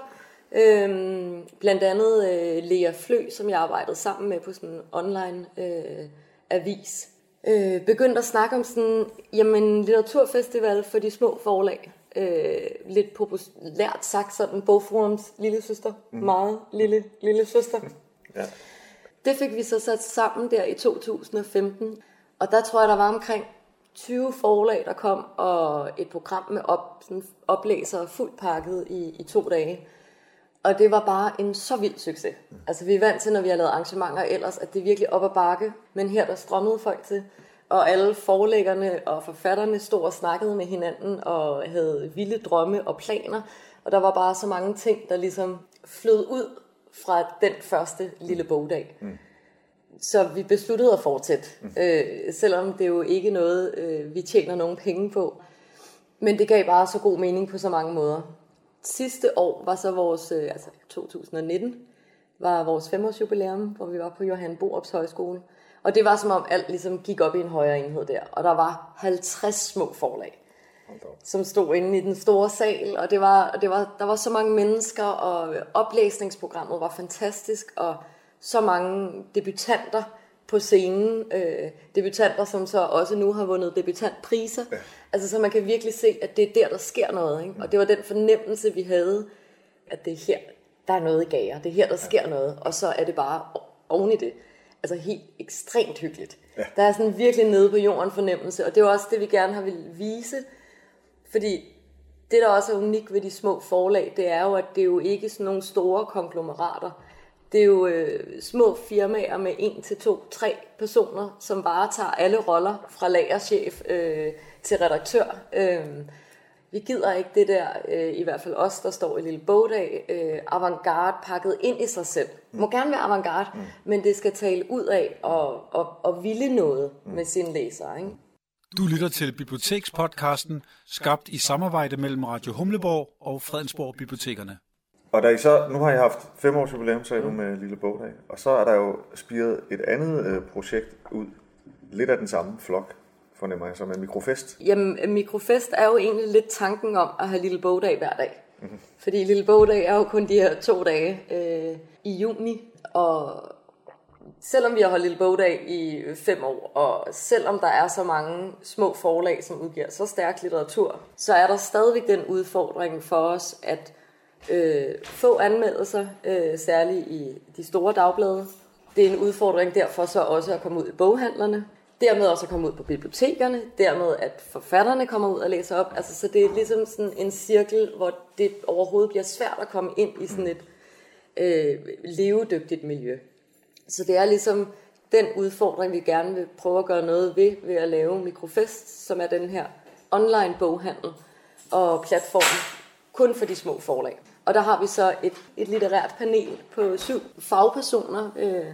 blandt andet Lea Flø, som jeg arbejdede sammen med på sådan en online avis, begyndte at snakke om sådan, jamen litteraturfestival for de små forlag. Lidt populært sagt sådan Bogforums lille søster, meget lille søster. Ja. Det fik vi så sat sammen der i 2015, og der tror jeg der var omkring 20 forlag der kom, og et program med oplæsere fuldt pakket i 2 dage. Og det var bare en så vild succes. Altså vi er vant til, når vi har lavet arrangementer ellers, at det er virkelig op ad bakke, men her der strømmede folk til. Og alle forlæggerne og forfatterne stod og snakkede med hinanden og havde vilde drømme og planer. Og der var bare så mange ting, der ligesom flød ud fra den første Lille Bogdag. Så vi besluttede at fortsætte, selvom det jo ikke noget, vi tjener nogen penge på. Men det gav bare så god mening på så mange måder. Sidste år var så vores, 2019, var vores 5-årsjubilæum, hvor vi var på Johan Borups Højskole. Og det var som om alt ligesom gik op i en højere enhed der. Og der var 50 små forlag, som stod inde i den store sal. Og der var så mange mennesker, og oplæsningsprogrammet var fantastisk. Og så mange debutanter på scenen. Debutanter, som så også nu har vundet debutantpriser. Ja. Altså, så man kan virkelig se, at det er der sker noget. Ikke? Og det var den fornemmelse, vi havde, at det er her, der er noget i gager. Det er her, der sker noget. Og så er det bare oven i det. Altså helt ekstremt hyggeligt. Ja. Der er sådan virkelig nede på jorden fornemmelse. Og det er også det, vi gerne har vil vise. Fordi det, der også er unikt ved de små forlag, det er jo, at det er jo ikke sådan nogle store konglomerater. Det er jo små firmaer med 1 til 2, 3 personer, som bare tager alle roller fra lagerchef til redaktør. Vi gider ikke det der, i hvert fald os, der står i Lille Bogdag, avantgarde pakket ind i sig selv. Det må gerne være avantgarde, men det skal tale ud af og ville noget med sine læsere. Ikke? Du lytter til Bibliotekspodcasten, skabt i samarbejde mellem Radio Humleborg og Fredensborg Bibliotekerne. Og nu har jeg haft 5 års jubilæum, sagde du, med Lille Bogdag, og så er der jo spiret et andet projekt ud, lidt af den samme flok, fornemmer jeg, som er Mikrofest. Jamen, Mikrofest er jo egentlig lidt tanken om at have Lille Bogdag hver dag. Mm-hmm. Fordi Lille Bogdag er jo kun de her 2 dage i juni, og selvom vi har holdt Lille Bogdag i 5 år, og selvom der er så mange små forlag, som udgiver så stærk litteratur, så er der stadigvæk den udfordring for os, at få anmeldelser, særligt i de store dagblade. Det er en udfordring derfor så også at komme ud i boghandlerne, dermed også at komme ud på bibliotekerne, dermed at forfatterne kommer ud og læser op. Altså, så det er ligesom sådan en cirkel, hvor det overhovedet bliver svært at komme ind i sådan et levedygtigt miljø. Så det er ligesom den udfordring, vi gerne vil prøve at gøre noget ved at lave Mikrofest, som er den her online boghandel og platform kun for de små forlag. Og der har vi så et litterært panel på 7 fagpersoner.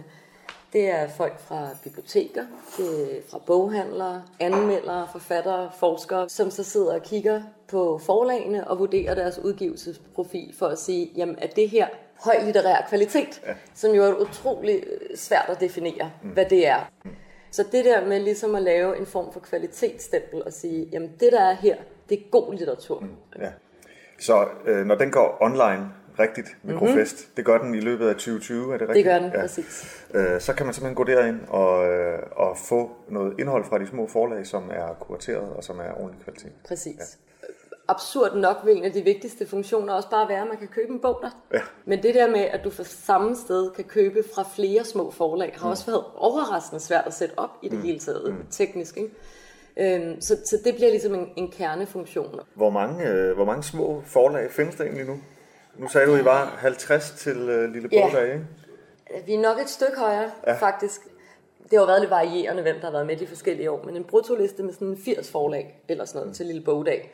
Det er folk fra biblioteker, det er fra boghandlere, anmeldere, forfattere, forskere, som så sidder og kigger på forlagene og vurderer deres udgivelsesprofil for at sige, jamen er det her høj litterær kvalitet, som jo er utrolig svært at definere, hvad det er. Så det der med ligesom at lave en form for kvalitetsstempel og sige, jamen det der er her, det er god litteratur. Ja. Så når den går online rigtigt, Mikrofest, det gør den i løbet af 2020, er det rigtigt? Det gør den, præcis. Så kan man simpelthen gå derind og få noget indhold fra de små forlag, som er kurateret og som er ordentlig kvalitet. Præcis. Ja. Absurd nok vil en af de vigtigste funktioner også bare være, at man kan købe en bog der. Ja. Men det der med, at du fra samme sted kan købe fra flere små forlag, har også været overraskende svært at sætte op i det hele taget, teknisk, ikke? Så det bliver ligesom en kernefunktion. Hvor mange små forlag findes der egentlig nu? Nu sagde du, I var 50 til Lille Bogdag, ikke? Vi er nok et stykke højere, faktisk. Det har været lidt varierende, hvem der har været med de forskellige år, men en bruttoliste med sådan 80 forlag eller sådan noget til Lille Bogdag.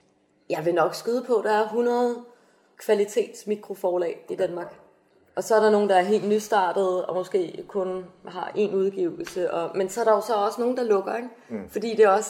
Jeg vil nok skyde på, at der er 100 kvalitetsmikroforlag i Danmark. Og så er der nogen, der er helt nystartede, og måske kun har én udgivelse. Men så er der jo så også nogen, der lukker, ikke? Fordi det er også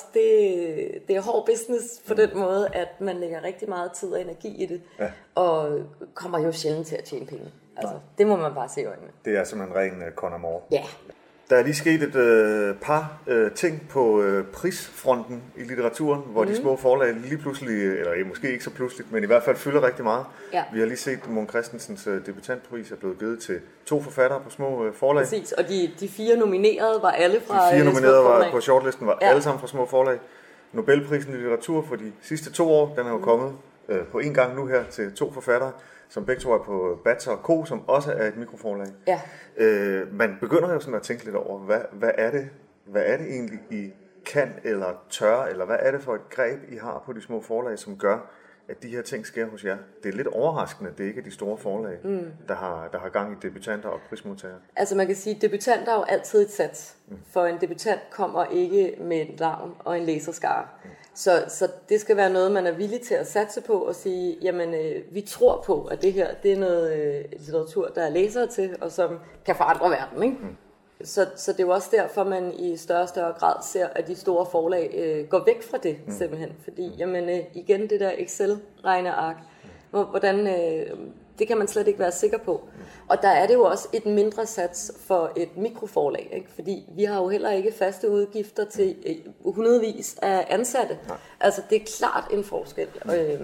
det er hård business på den måde, at man lægger rigtig meget tid og energi i det, og kommer jo sjældent til at tjene penge. Altså, det må man bare se i øjnene. Det er simpelthen ren Conor. Ja. Der er lige sket et par ting på prisfronten i litteraturen, hvor de små forlag lige pludselig, eller måske ikke så pludseligt, men i hvert fald fylder rigtig meget. Ja. Vi har lige set, at Mogens Christensens debutantpris er blevet givet til 2 forfattere på små forlag. Præcis, og de 4 nominerede var alle fra de 4 nominerede var på shortlisten var alle sammen fra små forlag. Nobelprisen i litteratur for de sidste 2 år, den er jo kommet på en gang nu her til 2 forfattere, som begge to er på Batzer & Co., som også er et mikroforlag. Ja. Man begynder jo sådan at tænke lidt over, hvad er det egentlig, I kan eller tør, eller hvad er det for et greb, I har på de små forlag, som gør, at de her ting sker hos jer? Det er lidt overraskende, det er ikke de store forlag, der har gang i debutanter og prismodtagere. Altså man kan sige, at debutanter er jo altid et sats, for en debutant kommer ikke med et navn og en læserskare. Så det skal være noget, man er villig til at satse på og sige, jamen vi tror på, at det her det er noget litteratur, der er læsere til, og som kan forandre verden, ikke? Så det er jo også derfor, man i større og større grad ser, at de store forlag går væk fra det, simpelthen. Fordi, jamen igen, det der Excel-regneark, hvordan, det kan man slet ikke være sikker på. Og der er det jo også et mindre sats for et mikroforlag, ikke? Fordi vi har jo heller ikke faste udgifter til hundredvis af ansatte. Altså det er klart en forskel.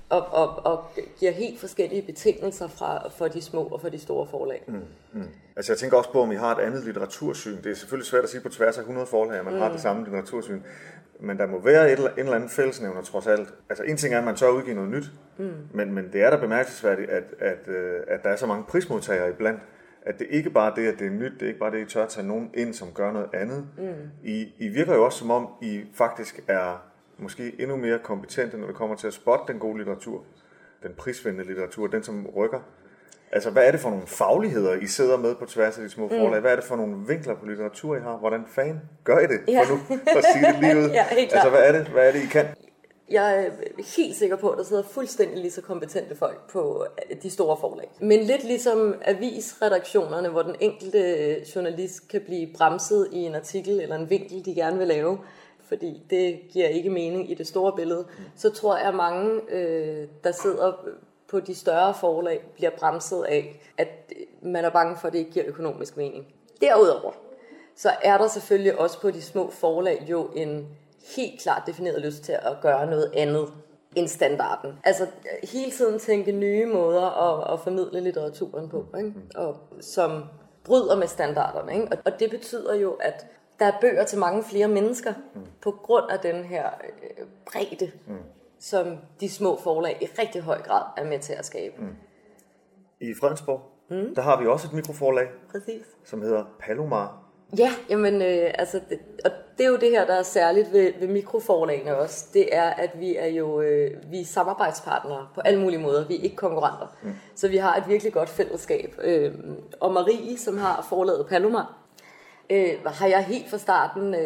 og giver helt forskellige betingelser for de små og for de store forlag. Altså jeg tænker også på, om I har et andet litteratursyn. Det er selvfølgelig svært at sige på tværs af 100 forlag, at man har det samme litteratursyn. Men der må være en eller anden fællesnævner trods alt. Altså en ting er, at man tør udgive noget nyt, men det er da bemærkelsesværdigt, at der er så mange prismodtagere iblandt. At det ikke bare er det, at det er nyt, det er ikke bare det, I tør tage nogen ind, som gør noget andet. I virker jo også som om, I faktisk er måske endnu mere kompetente, når det kommer til at spotte den gode litteratur, den prisvindende litteratur, den som rykker. Altså, hvad er det for nogle fagligheder, I sidder med på tværs af de små forlag? Hvad er det for nogle vinkler på litteratur, I har? Hvordan fanden gør I det? For nu at sige det lige ud. Altså, hvad er det, I kan? Jeg er helt sikker på, at der sidder fuldstændig lige så kompetente folk på de store forlag. Men lidt ligesom avisredaktionerne, hvor den enkelte journalist kan blive bremset i en artikel eller en vinkel, de gerne vil lave, fordi det giver ikke mening i det store billede, så tror jeg, at mange, der sidder på de større forlag, bliver bremset af, at man er bange for, at det ikke giver økonomisk mening. Derudover, så er der selvfølgelig også på de små forlag jo en helt klart defineret lyst til at gøre noget andet end standarden. Altså hele tiden tænke nye måder at formidle litteraturen på, ikke? Og som bryder med standarderne. Ikke? Og det betyder jo, at der er bøger til mange flere mennesker på grund af den her bredde, som de små forlag i rigtig høj grad er med til at skabe. I Fredensborg, der har vi også et mikroforlag, som hedder Palomar. Ja, jamen, og det er jo det her, der er særligt ved mikroforlagene også. Det er, at vi er jo vi er samarbejdspartnere på alle mulige måder. Vi er ikke konkurrenter. Så vi har et virkelig godt fællesskab. Og Marie, som har forlaget Palomar, har jeg helt fra starten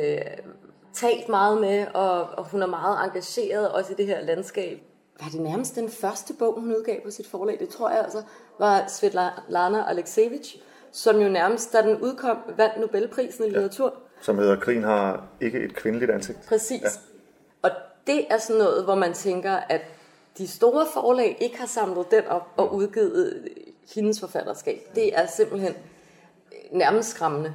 talt meget med, og hun er meget engageret også i det her landskab. Var det nærmest den første bog, hun udgav på sit forlag? Det tror jeg altså var Svetlana Aleksejevich, som jo nærmest, da den udkom, vandt Nobelprisen i litteratur. Som hedder Krigen har ikke et kvindeligt ansigt. Præcis. Ja. Og det er sådan noget, hvor man tænker, at de store forlag ikke har samlet den op og udgivet hendes forfatterskab. Det er simpelthen nærmest skræmmende.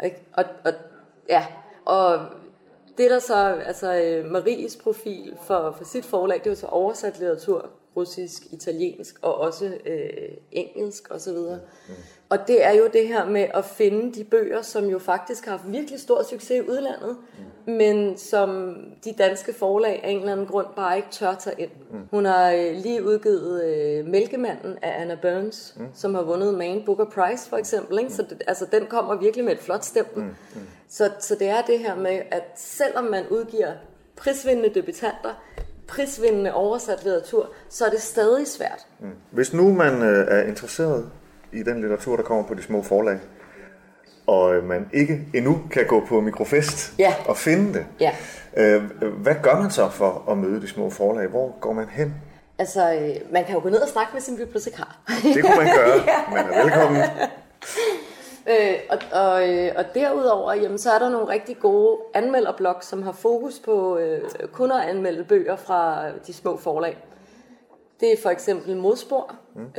Ja. Og det der så, altså Maries profil for sit forlag, det er jo så oversat litteratur, russisk, italiensk og også engelsk osv. Og det er jo det her med at finde de bøger, som jo faktisk har haft virkelig stor succes i udlandet, men som de danske forlag af en eller anden grund bare ikke tør tage ind. Hun har lige udgivet Mælkemanden af Anna Burns, som har vundet Man Booker Prize for eksempel. Ikke? Så det, den kommer virkelig med et flot stempel. Så det er det her med, at selvom man udgiver prisvindende debutanter, prisvindende oversat litteratur, så er det stadig svært. Hvis nu man er interesseret i den litteratur, der kommer på de små forlag, og man ikke endnu kan gå på Mikrofest og finde det, hvad gør man så for at møde de små forlag? Hvor går man hen? Altså, man kan jo gå ned og snakke med sin bibliotekar. Det kunne man gøre. Man er velkommen. Og derudover, jamen, så er der nogle rigtig gode anmelderblog, som har fokus på kun at anmelde bøger fra de små forlag. Det er for eksempel Modspor,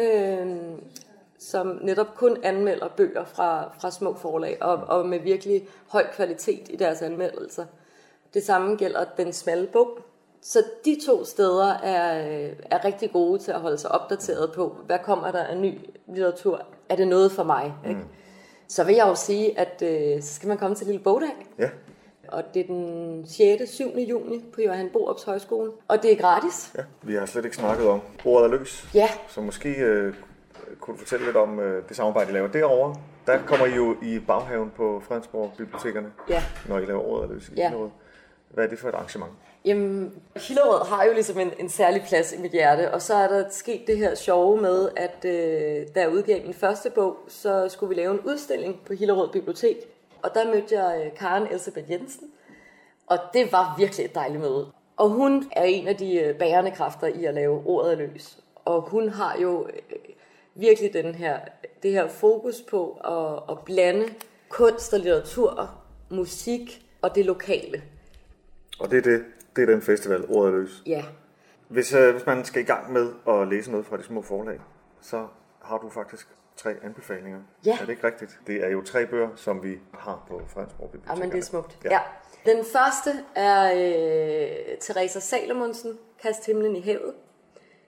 som netop kun anmelder bøger fra små forlag, og med virkelig høj kvalitet i deres anmeldelser. Det samme gælder Den Smalle Bog. Så de to steder er rigtig gode til at holde sig opdateret på, hvad kommer der af ny litteratur? Er det noget for mig? Ikke? Så vil jeg jo sige, at så skal man komme til Lille Bogdag. Ja. Og det er den 6. 7. juni på Johan Borups Højskole. Og det er gratis. Ja, vi har slet ikke snakket om Ordet er løs. Ja. Så måske kunne du fortælle lidt om det samarbejde, I laver derovre. Der kommer I jo i baghaven på Fredensborg Bibliotekerne, når I laver Ordet er løs i Hillerød. Hvad er det for et arrangement? Jamen, Hillerød har jo ligesom en særlig plads i mit hjerte, og så er der sket det her sjove med, at da jeg udgav min første bog, så skulle vi lave en udstilling på Hillerød Bibliotek. Og der mødte jeg Karen Elsebeth Jensen, og det var virkelig et dejligt møde. Og hun er en af de bærende kræfter i at lave Ordet er løs. Og hun har jo virkelig det her fokus på at blande kunst og litteratur, musik og det lokale. Og det er den festival, Ordet er løs. Ja. Hvis man skal i gang med at læse noget fra de små forlag, så har du faktisk 3 anbefalinger. Ja. Er det ikke rigtigt? Det er jo 3 bøger, som vi har på Fredensborg Bibliotek. Jamen, det er smukt. Ja. Den første er Teresa Salomonsen, Kast himlen i havet.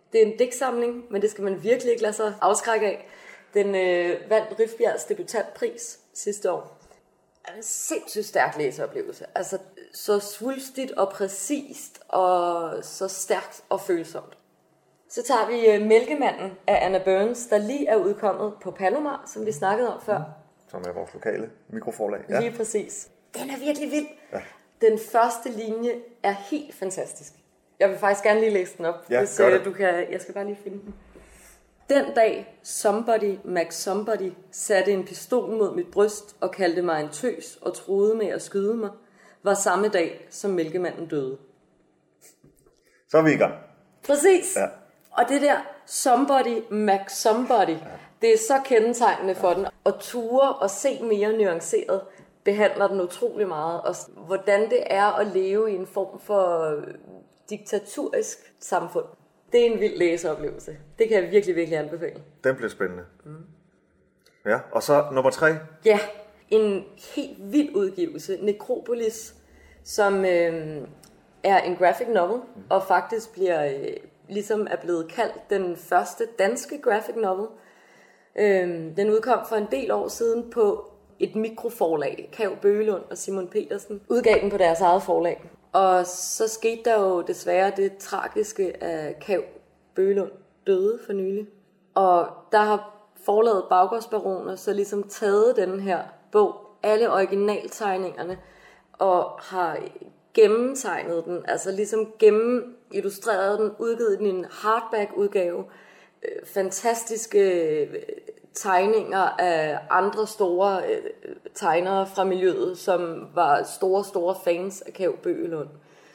Det er en digtsamling, men det skal man virkelig ikke lade sig afskrække af. Den vandt Rifbjergs debutantpris sidste år. Det er en sindssygt stærk læseoplevelse. Altså så svulstigt og præcist og så stærkt og følsomt. Så tager vi Mælkemanden af Anna Burns, der lige er udkommet på Palomar, som vi snakkede om før. Som er vores lokale mikroforlag. Ja. Lige præcis. Den er virkelig vild. Ja. Den første linje er helt fantastisk. Jeg vil faktisk gerne lige læse den op, hvis du kan. Jeg skal bare lige finde den. Den dag Somebody McSomebody satte en pistol mod mit bryst og kaldte mig en tøs og truede med at skyde mig, var samme dag, som Mælkemanden døde. Så er vi i gang. Præcis. Ja. Og det der Somebody McSomebody, det er så kendetegnende for den. Og ture og se mere nuanceret behandler den utrolig meget. Og hvordan det er at leve i en form for diktaturisk samfund. Det er en vild læseoplevelse. Det kan jeg virkelig, virkelig anbefale. Den bliver spændende. Ja, og så nummer 3. Ja, en helt vild udgivelse. Necropolis, som er en graphic novel, og faktisk bliver ligesom er blevet kaldt den første danske graphic novel. Den udkom for en del år siden på et mikroforlag. Kav Bøgelund og Simon Petersen udgav den på deres eget forlag. Og så skete der jo desværre det tragiske, at Kav Bøgelund døde for nylig. Og der har forlaget Baggårdsbaroner så ligesom taget den her bog, alle originaltegningerne, og har gennemtegnet den, altså ligesom illustreret den, udgivet den i en hardback-udgave. Fantastiske tegninger af andre store tegnere fra miljøet, som var store fans af Kav Bøgelund.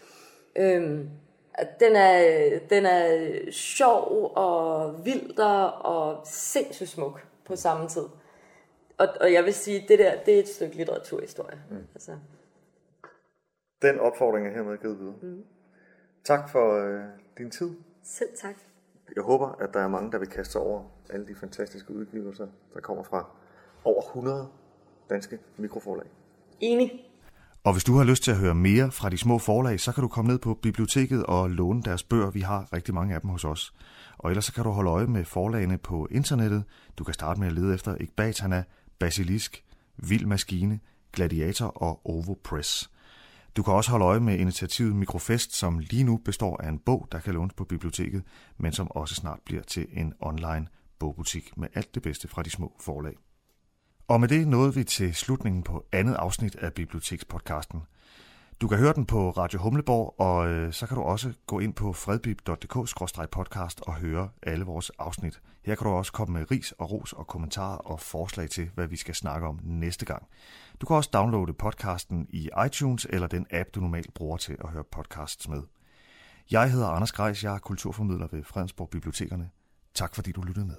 Den er sjov og vilder og sindssygt smuk på samme tid. Og jeg vil sige, det er et stykke litteraturhistorie. Altså. Den opfordring er hermed givet videre. Tak for din tid. Selv tak. Jeg håber, at der er mange, der vil kaste sig over alle de fantastiske udgivelser, der kommer fra over 100 danske mikroforlag. Enig. Og hvis du har lyst til at høre mere fra de små forlag, så kan du komme ned på biblioteket og låne deres bøger. Vi har rigtig mange af dem hos os. Og ellers så kan du holde øje med forlagene på internettet. Du kan starte med at lede efter Ekbatana, Basilisk, Vild Maskine, Gladiator og Ovo Press. Du kan også holde øje med initiativet Mikrofest, som lige nu består af en bog, der kan lånes på biblioteket, men som også snart bliver til en online bogbutik med alt det bedste fra de små forlag. Og med det nåede vi til slutningen på andet afsnit af Bibliotekspodcasten. Du kan høre den på Radio Humleborg, og så kan du også gå ind på fredbib.dk/podcast og høre alle vores afsnit. Her kan du også komme med ris og ros og kommentarer og forslag til, hvad vi skal snakke om næste gang. Du kan også downloade podcasten i iTunes eller den app, du normalt bruger til at høre podcasts med. Jeg hedder Anders Grejs, jeg er kulturformidler ved Fredensborg Bibliotekerne. Tak fordi du lyttede med.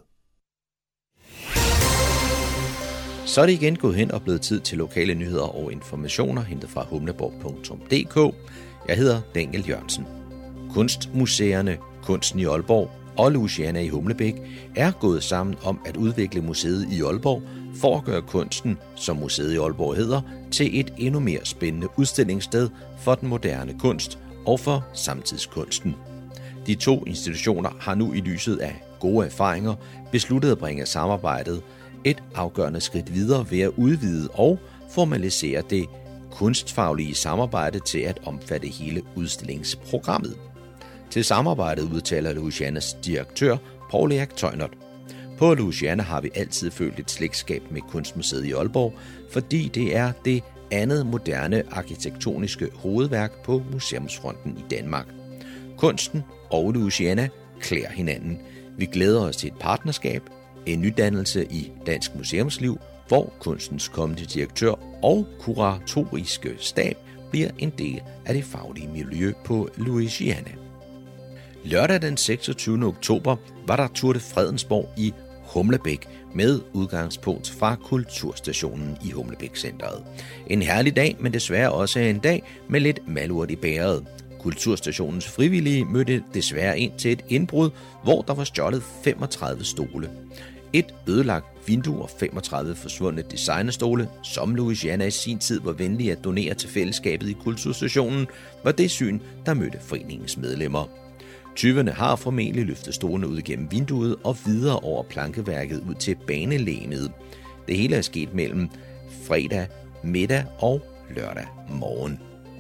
Så er det igen gået hen og blevet tid til lokale nyheder og informationer hentet fra humleborg.dk. Jeg hedder Daniel Jørgensen. Kunstmuseerne, Kunsten i Aalborg og Louisiana i Humlebæk er gået sammen om at udvikle museet i Aalborg for at gøre kunsten, som museet i Aalborg hedder, til et endnu mere spændende udstillingssted for den moderne kunst og for samtidskunsten. De to institutioner har nu i lyset af gode erfaringer besluttet at bringe samarbejdet et afgørende skridt videre ved at udvide og formalisere det kunstfaglige samarbejde til at omfatte hele udstillingsprogrammet. Til samarbejdet udtaler Louisianas direktør, Paul Erik Tøjnert. På Louisiana har vi altid følt et slægtskab med Kunstmuseet i Aalborg, fordi det er det andet moderne arkitektoniske hovedværk på museumsfronten i Danmark. Kunsten og Louisiana klæder hinanden. Vi glæder os til et partnerskab, en nydannelse i dansk museumsliv, hvor kunstens kommende direktør og kuratoriske stab bliver en del af det faglige miljø på Louisiana. Lørdag den 26. oktober var der Tour de Fredensborg i Humlebæk med udgangspunkt fra Kulturstationen i Humlebæk Centeret. En herlig dag, men desværre også en dag med lidt malurt i bæret. Kulturstationens frivillige mødte desværre ind til et indbrud, hvor der var stjålet 35 stole. Et ødelagt vindue og 35 forsvundne designerstole, som Louisiana i sin tid var venlig at donere til fællesskabet i Kulturstationen, var det syn, der mødte foreningens medlemmer. Tyvene har formentlig løftet stolene ud gennem vinduet og videre over plankeværket ud til banelænet. Det hele er sket mellem fredag middag og lørdag morgen.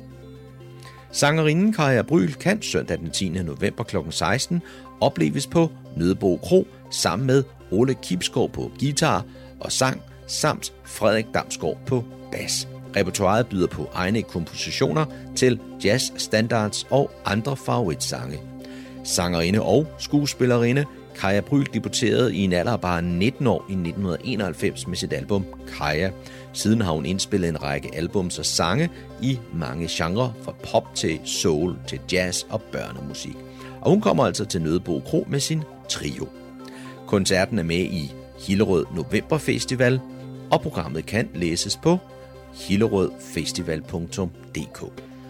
Sangerinden Kaja Bryl kan søndag den 10. november kl. 16 opleves på Nødebo Kro sammen med Ole Kibsgaard på guitar og sang samt Frederik Damsgaard på bas. Repertoiret byder på egne kompositioner til jazz, standards og andre favoritsange. Sangerinde og skuespillerinde Kaja Bryl debuterede i en alder af bare 19 år i 1991 med sit album Kaja. Siden har hun indspillet en række albums og sange i mange genrer, fra pop til soul til jazz og børnemusik. Og hun kommer altså til Nødebo Kro med sin trio. Koncerten er med i Hillerød November Festival, og programmet kan læses på hillerødfestival.dk.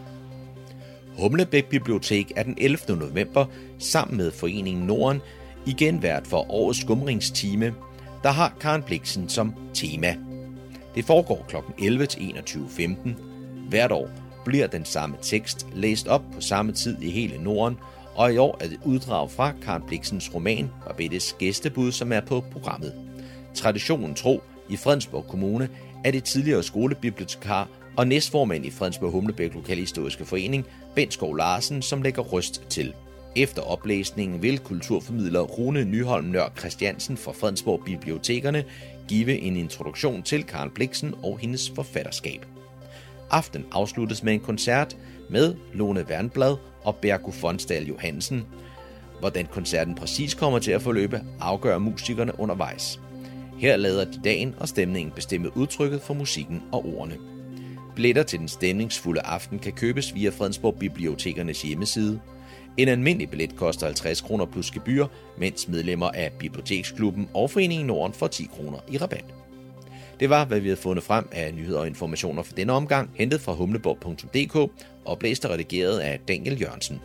Humlebæk Bibliotek er den 11. november sammen med Foreningen Norden igen vært for årets skumringstime, der har Karen Blixen som tema. Det foregår kl. 11 til 21.15. Hvert år bliver den samme tekst læst op på samme tid i hele Norden, og i år er det uddrag fra Karen Blixens roman Babettes gæstebud, som er på programmet. Traditionen tro i Fredensborg Kommune er det tidligere skolebibliotekar og næstformand i Fredensborg Humlebæk Lokalhistoriske Forening, Bent Skov Larsen, som lægger røst til. Efter oplæsningen vil kulturformidler Rune Nyholm Nør Christiansen fra Fredensborg Bibliotekerne give en introduktion til Karen Blixen og hendes forfatterskab. Aften afsluttes med en koncert med Lone Wernblad og Bergo Fonsdal Johansen. Hvordan koncerten præcis kommer til at forløbe, afgør musikerne undervejs. Her lader de dagen og stemningen bestemme udtrykket for musikken og ordene. Billetter til den stemningsfulde aften kan købes via Fredensborg Bibliotekernes hjemmeside. En almindelig billet koster 50 kroner plus gebyr, mens medlemmer af Biblioteksklubben og Foreningen Norden får 10 kroner i rabat. Det var, hvad vi havde fundet frem af nyheder og informationer for denne omgang, hentet fra humleborg.dk, oplæst og redigeret af Daniel Jørgensen.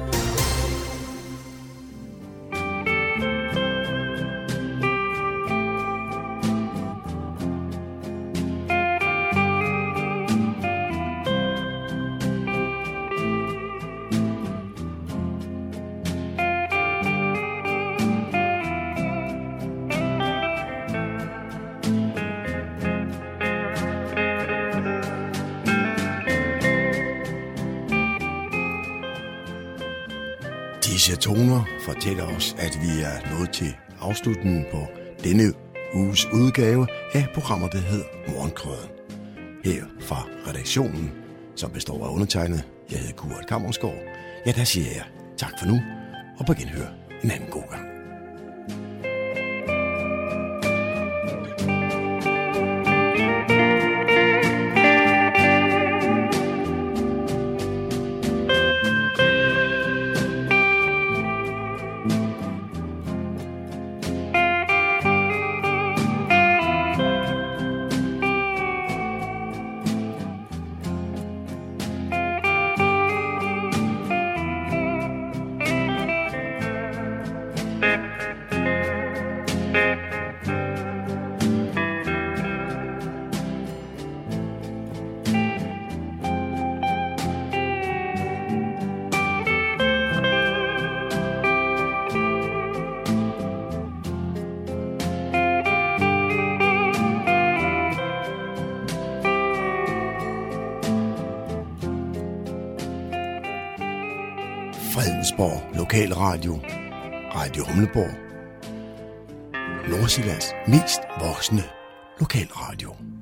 Disse toner fortæller os, at vi er nået til afslutningen på denne uges udgave af programmet, der hedder Morgenkrøden. Her fra redaktionen, som består af undertegnet, jeg hedder Kurt Kammersgaard. Ja, der siger jeg tak for nu, og på genhør en anden god gang. Fredensborg Lokalradio, Radio Humleborg, Nordsjællands mest voksne lokalradio.